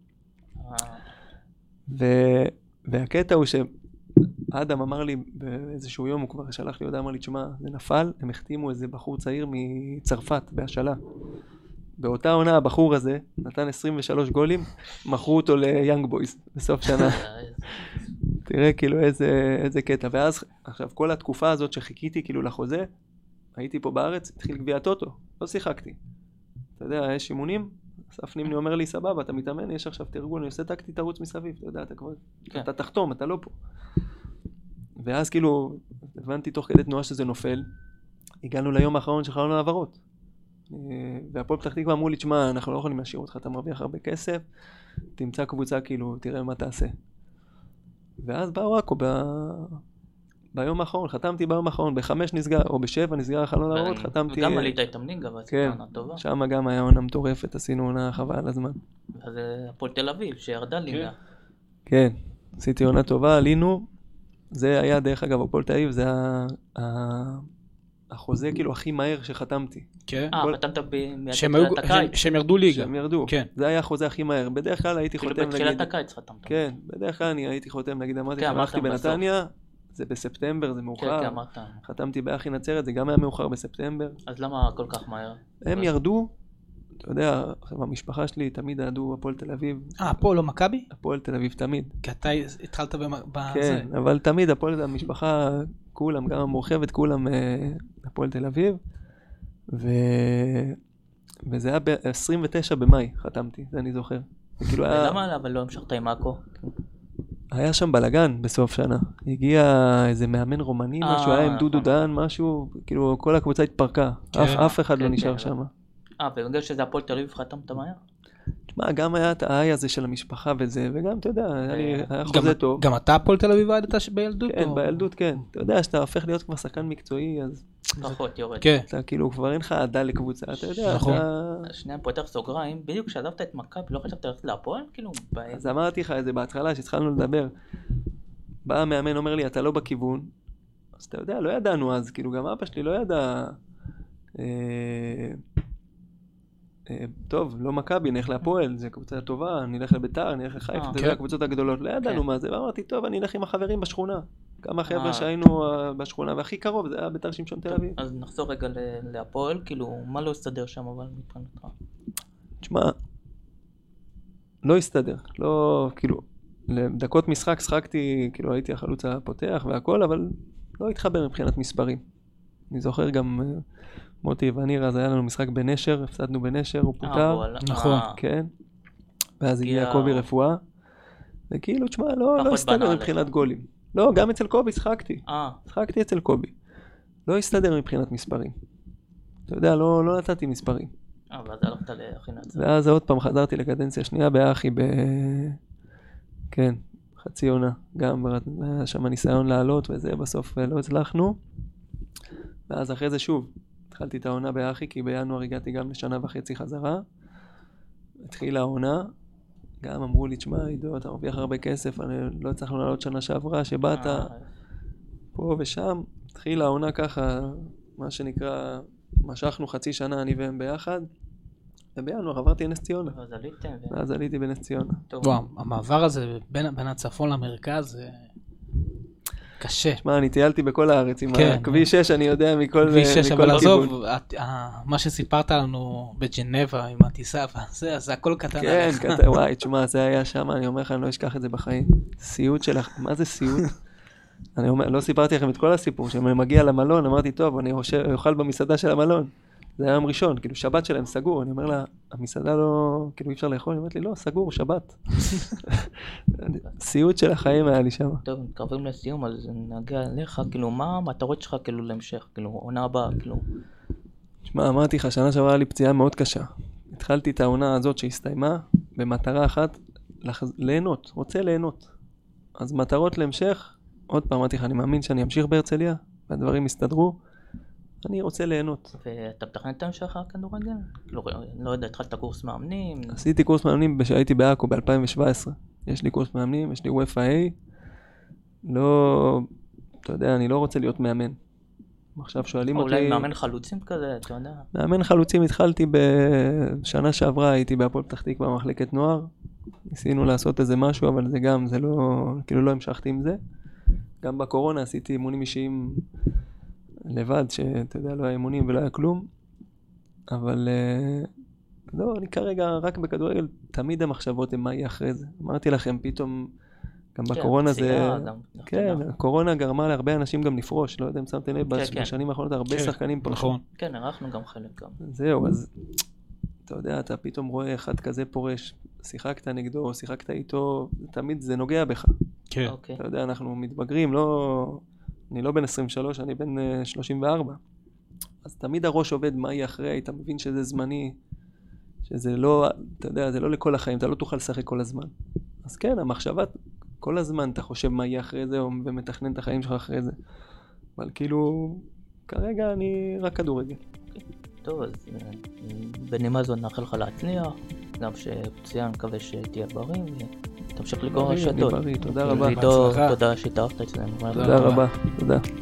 והקטע הוא שאדם אמר לי באיזשהו יום, הוא כבר שלח לי הודעה, אמר לי, תשמע, זה נפל, הם החתימו איזה בחור צעיר מצרפת, בהשאלה. באותה עונה הבחור הזה נתן 23 גולים, מכרו אותו ליאנג בויז בסוף שנה. תראה כאילו איזה קטע. ואז עכשיו כל התקופה הזאת שחיכיתי כאילו לחוזה, הייתי פה בארץ, התחיל גביע טוטו, לא שיחקתי. אתה יודע, יש אימונים, אסף נימני אומר לי, סבבה, אתה מתאמן, יש עכשיו תרגול, אני עושה טקטי תרוץ מסביב, אתה יודע, אתה כבר, אתה תחתום, אתה לא פה. ואז כאילו, הבנתי תוך כדי תנועה שזה נופל, הגענו ליום האחרון של חלון העברות. והפועל פתח תקווה אמרו לי, תשמע, אנחנו לא יכולים להשאיר אותך, אתה מרוויח הרבה כסף, תמצא קבוצה כאילו, תראה מה תעשה. ואז באו עכו ביום האחרון, חתמתי ביום האחרון, ב5 נסגר, או ב7 נסגר החלון העברות, חתמתי...
וגם עלית את המנינגה, ועשית עונה טובה.
שם גם היה עונה מטורפת, עשינו עונה חבל על הזמן.
אז הפועל תל אביב, שירדה ליגה.
כן, עשיתי עונה טובה, עלינו, זה היה דרך אגב, הפועל תל אביב, זה החוזה כאילו הכי מהר שחתמתי.
כן.
חתמת בתחילת הקיץ.
שהם ירדו ליגה.
שהם ירדו.
כן.
זה היה החוזה הכי מהר. בדרך כלל הייתי חותם
כאילו בתחילת הקיץ חתמת.
כן, בדרך כלל אני הייתי חותם, נגיד אמרתי, שמחתי בנתניה, זה בספטמבר, זה מאוחר.
כן, אמרת.
חתמתי באחי נצרת, זה גם היה מאוחר בספטמבר.
אז למה כל כך מהר?
הם ירדו, אתה יודע, המשפחה שלי תמיד אהדו הפועל תל אביב.
הפועל לא מכבי?
הפועל תל אביב תמיד.
כי אתה התחלת בזה.
כן, אבל תמיד הפועל, המשפחה, כולם, גם המורחבת, כולם הפועל תל אביב. וזה היה ב-29 במאי חתמתי, זה אני זוכר.
למה אבל לא המשכת עם עכו?
היה שם בלגן בסוף שנה. הגיע איזה מאמן רומני, משהו, היה עם דודו דן, משהו, כאילו כל הקבוצה התפרקה. אף אחד לא נשאר שם.
ובגלל שזה הפועל תל אביב חתמת מהר?
תשמע, גם היה את האי הזה של המשפחה וזה, וגם, אתה יודע, היה חוזה טוב.
גם אתה הפועל תל אביב עדת בילדות?
כן, בילדות, כן. אתה יודע, שאתה הופך להיות כבר שחקן מקצועי, אז...
פחות יורד.
כן.
אתה כאילו, כבר אין לך עדה לקבוצה, אתה יודע,
נכון.
שנייה פותח סוגריים, בדיוק כשעזבת את מכבי, לא חשבת ללכת להפועל? כאילו,
אז אמרתי לך את זה בהתחלה, שהתחלנו לדבר. בא המאמן, אומר לי, אתה לא בכיוון. אז אתה יודע, לא ידענו אז, כאילו, גם אבא שלי לא ידע... טוב, לא מכבי, נלך להפועל, זו קבוצה טובה, נלך לביתר, נלך לחיפה, אתה יודע, הקבוצות הגדולות, לא ידענו מה זה, ואמרתי, טוב, אני אלך עם החברים בשכונה. כמה חבר'ה שהיינו בשכונה, והכי קרוב, זה היה ביתר שמשון תל אביב.
אז נחזור רגע להפועל, כאילו, מה לא הסתדר שם, אבל מבחינתך?
תשמע, לא הסתדר, לא, כאילו, לדקות משחק שחקתי, כאילו, הייתי החלוץ הפותח והכל, אבל לא התחבר מבחינת מספרים. אני זוכר גם... מוטי וניר, אז היה לנו משחק בנשר, הפסדנו בנשר, הוא פוטר.
נכון.
כן. ואז הגיע קובי רפואה. וכאילו, תשמע, לא הסתדר מבחינת גולים. לא, גם אצל קובי שחקתי. שחקתי אצל קובי. לא הסתדר מבחינת מספרים. אתה יודע, לא נתתי מספרים.
ואז הלכת להכינת זה.
ואז עוד פעם חזרתי לקדנציה שנייה באחי כן, חצי עונה. גם היה שם ניסיון לעלות וזה, בסוף לא הצלחנו. ואז אחרי זה שוב. התחלתי את העונה באחי, כי בינואר הגעתי גם לשנה וחצי חזרה. התחילה העונה, גם אמרו לי, תשמע, עידו, אתה מרוויח הרבה כסף, אני לא הצלחנו לעלות שנה שעברה, שבאת פה ושם. התחילה העונה ככה, מה שנקרא, משכנו חצי שנה, אני והם ביחד, ובינואר עברתי לנס ציונה. ואז עליתי בנס ציונה.
וואו, המעבר הזה בין הצפון למרכז, זה... קשה.
שמע, אני טיילתי בכל הארץ, עם הכביש 6, אני יודע מכל כיוון.
כביש 6, אבל עזוב, מה שסיפרת לנו בג'נבה עם הטיסה, זה הכל קטן עליך.
כן, וואי, תשמע, זה היה שם, אני אומר לך, אני לא אשכח את זה בחיים. סיוט שלך, מה זה סיוט? אני אומר, לא סיפרתי לכם את כל הסיפור, כשאני מגיע למלון, אמרתי, טוב, אני אוכל במסעדה של המלון. זה היה יום ראשון, כאילו שבת שלהם סגור, אני אומר לה, המסעדה לא, כאילו אי אפשר לאכול, היא אומרת לי, לא, סגור, שבת. סיוט של החיים היה לי שם.
טוב, מתקרבים לסיום, אז נגיע אליך, כאילו, מה המטרות שלך, כאילו, להמשך, כאילו, עונה הבאה, כאילו?
תשמע, אמרתי לך, שנה שעברה לי פציעה מאוד קשה. התחלתי את העונה הזאת שהסתיימה, במטרה אחת, ליהנות, רוצה ליהנות. אז מטרות להמשך, עוד פעם אמרתי לך, אני מאמין שאני אמשיך בהרצליה, והדברים יסתדרו. אני רוצה ליהנות.
ואתה מתכנן את המשך הכדורגל? לא יודע, התחלת קורס מאמנים?
עשיתי קורס מאמנים כשהייתי בעכו ב-2017. יש לי קורס מאמנים, יש לי UEFA. לא, אתה יודע, אני לא רוצה להיות מאמן. עכשיו שואלים אותי...
אולי מאמן חלוצים כזה, אתה יודע?
מאמן חלוצים התחלתי בשנה שעברה, הייתי בהפועל פתח תקווה במחלקת נוער. ניסינו לעשות איזה משהו, אבל זה גם, זה לא, כאילו לא המשכתי עם זה. גם בקורונה עשיתי אימונים אישיים לבד, שאתה יודע, לא היה אימונים ולא היה כלום. אבל לא, אני כרגע רק בכדורגל, תמיד המחשבות הן מה יהיה אחרי זה. אמרתי לכם, פתאום, גם בקורונה זה... כן, הקורונה גרמה להרבה אנשים גם לפרוש, לא יודע אם שמתם לב, בשנים האחרונות הרבה שחקנים פורשים.
נכון.
כן, ערכנו גם חלק גם.
זהו, אז אתה יודע, אתה פתאום רואה אחד כזה פורש, שיחקת נגדו, שיחקת איתו, תמיד זה נוגע בך.
כן.
אתה יודע, אנחנו מתבגרים, לא... אני לא בן 23, אני בן 34. אז תמיד הראש עובד מה יהיה אחרי, אתה מבין שזה זמני, שזה לא, אתה יודע, זה לא לכל החיים, אתה לא תוכל לשחק כל הזמן. אז כן, המחשבה, כל הזמן אתה חושב מה יהיה אחרי זה, ומתכנן את החיים שלך אחרי זה. אבל כאילו, כרגע אני רק כדורגל.
טוב, אז בנימה זו נאחל לך להצליח, גם שפציעה, אני מקווה שתהיה בריא, ותמשיך לקרוא רשתות.
תודה רבה.
תודה שהתארחת אצלנו.
תודה רבה, תודה.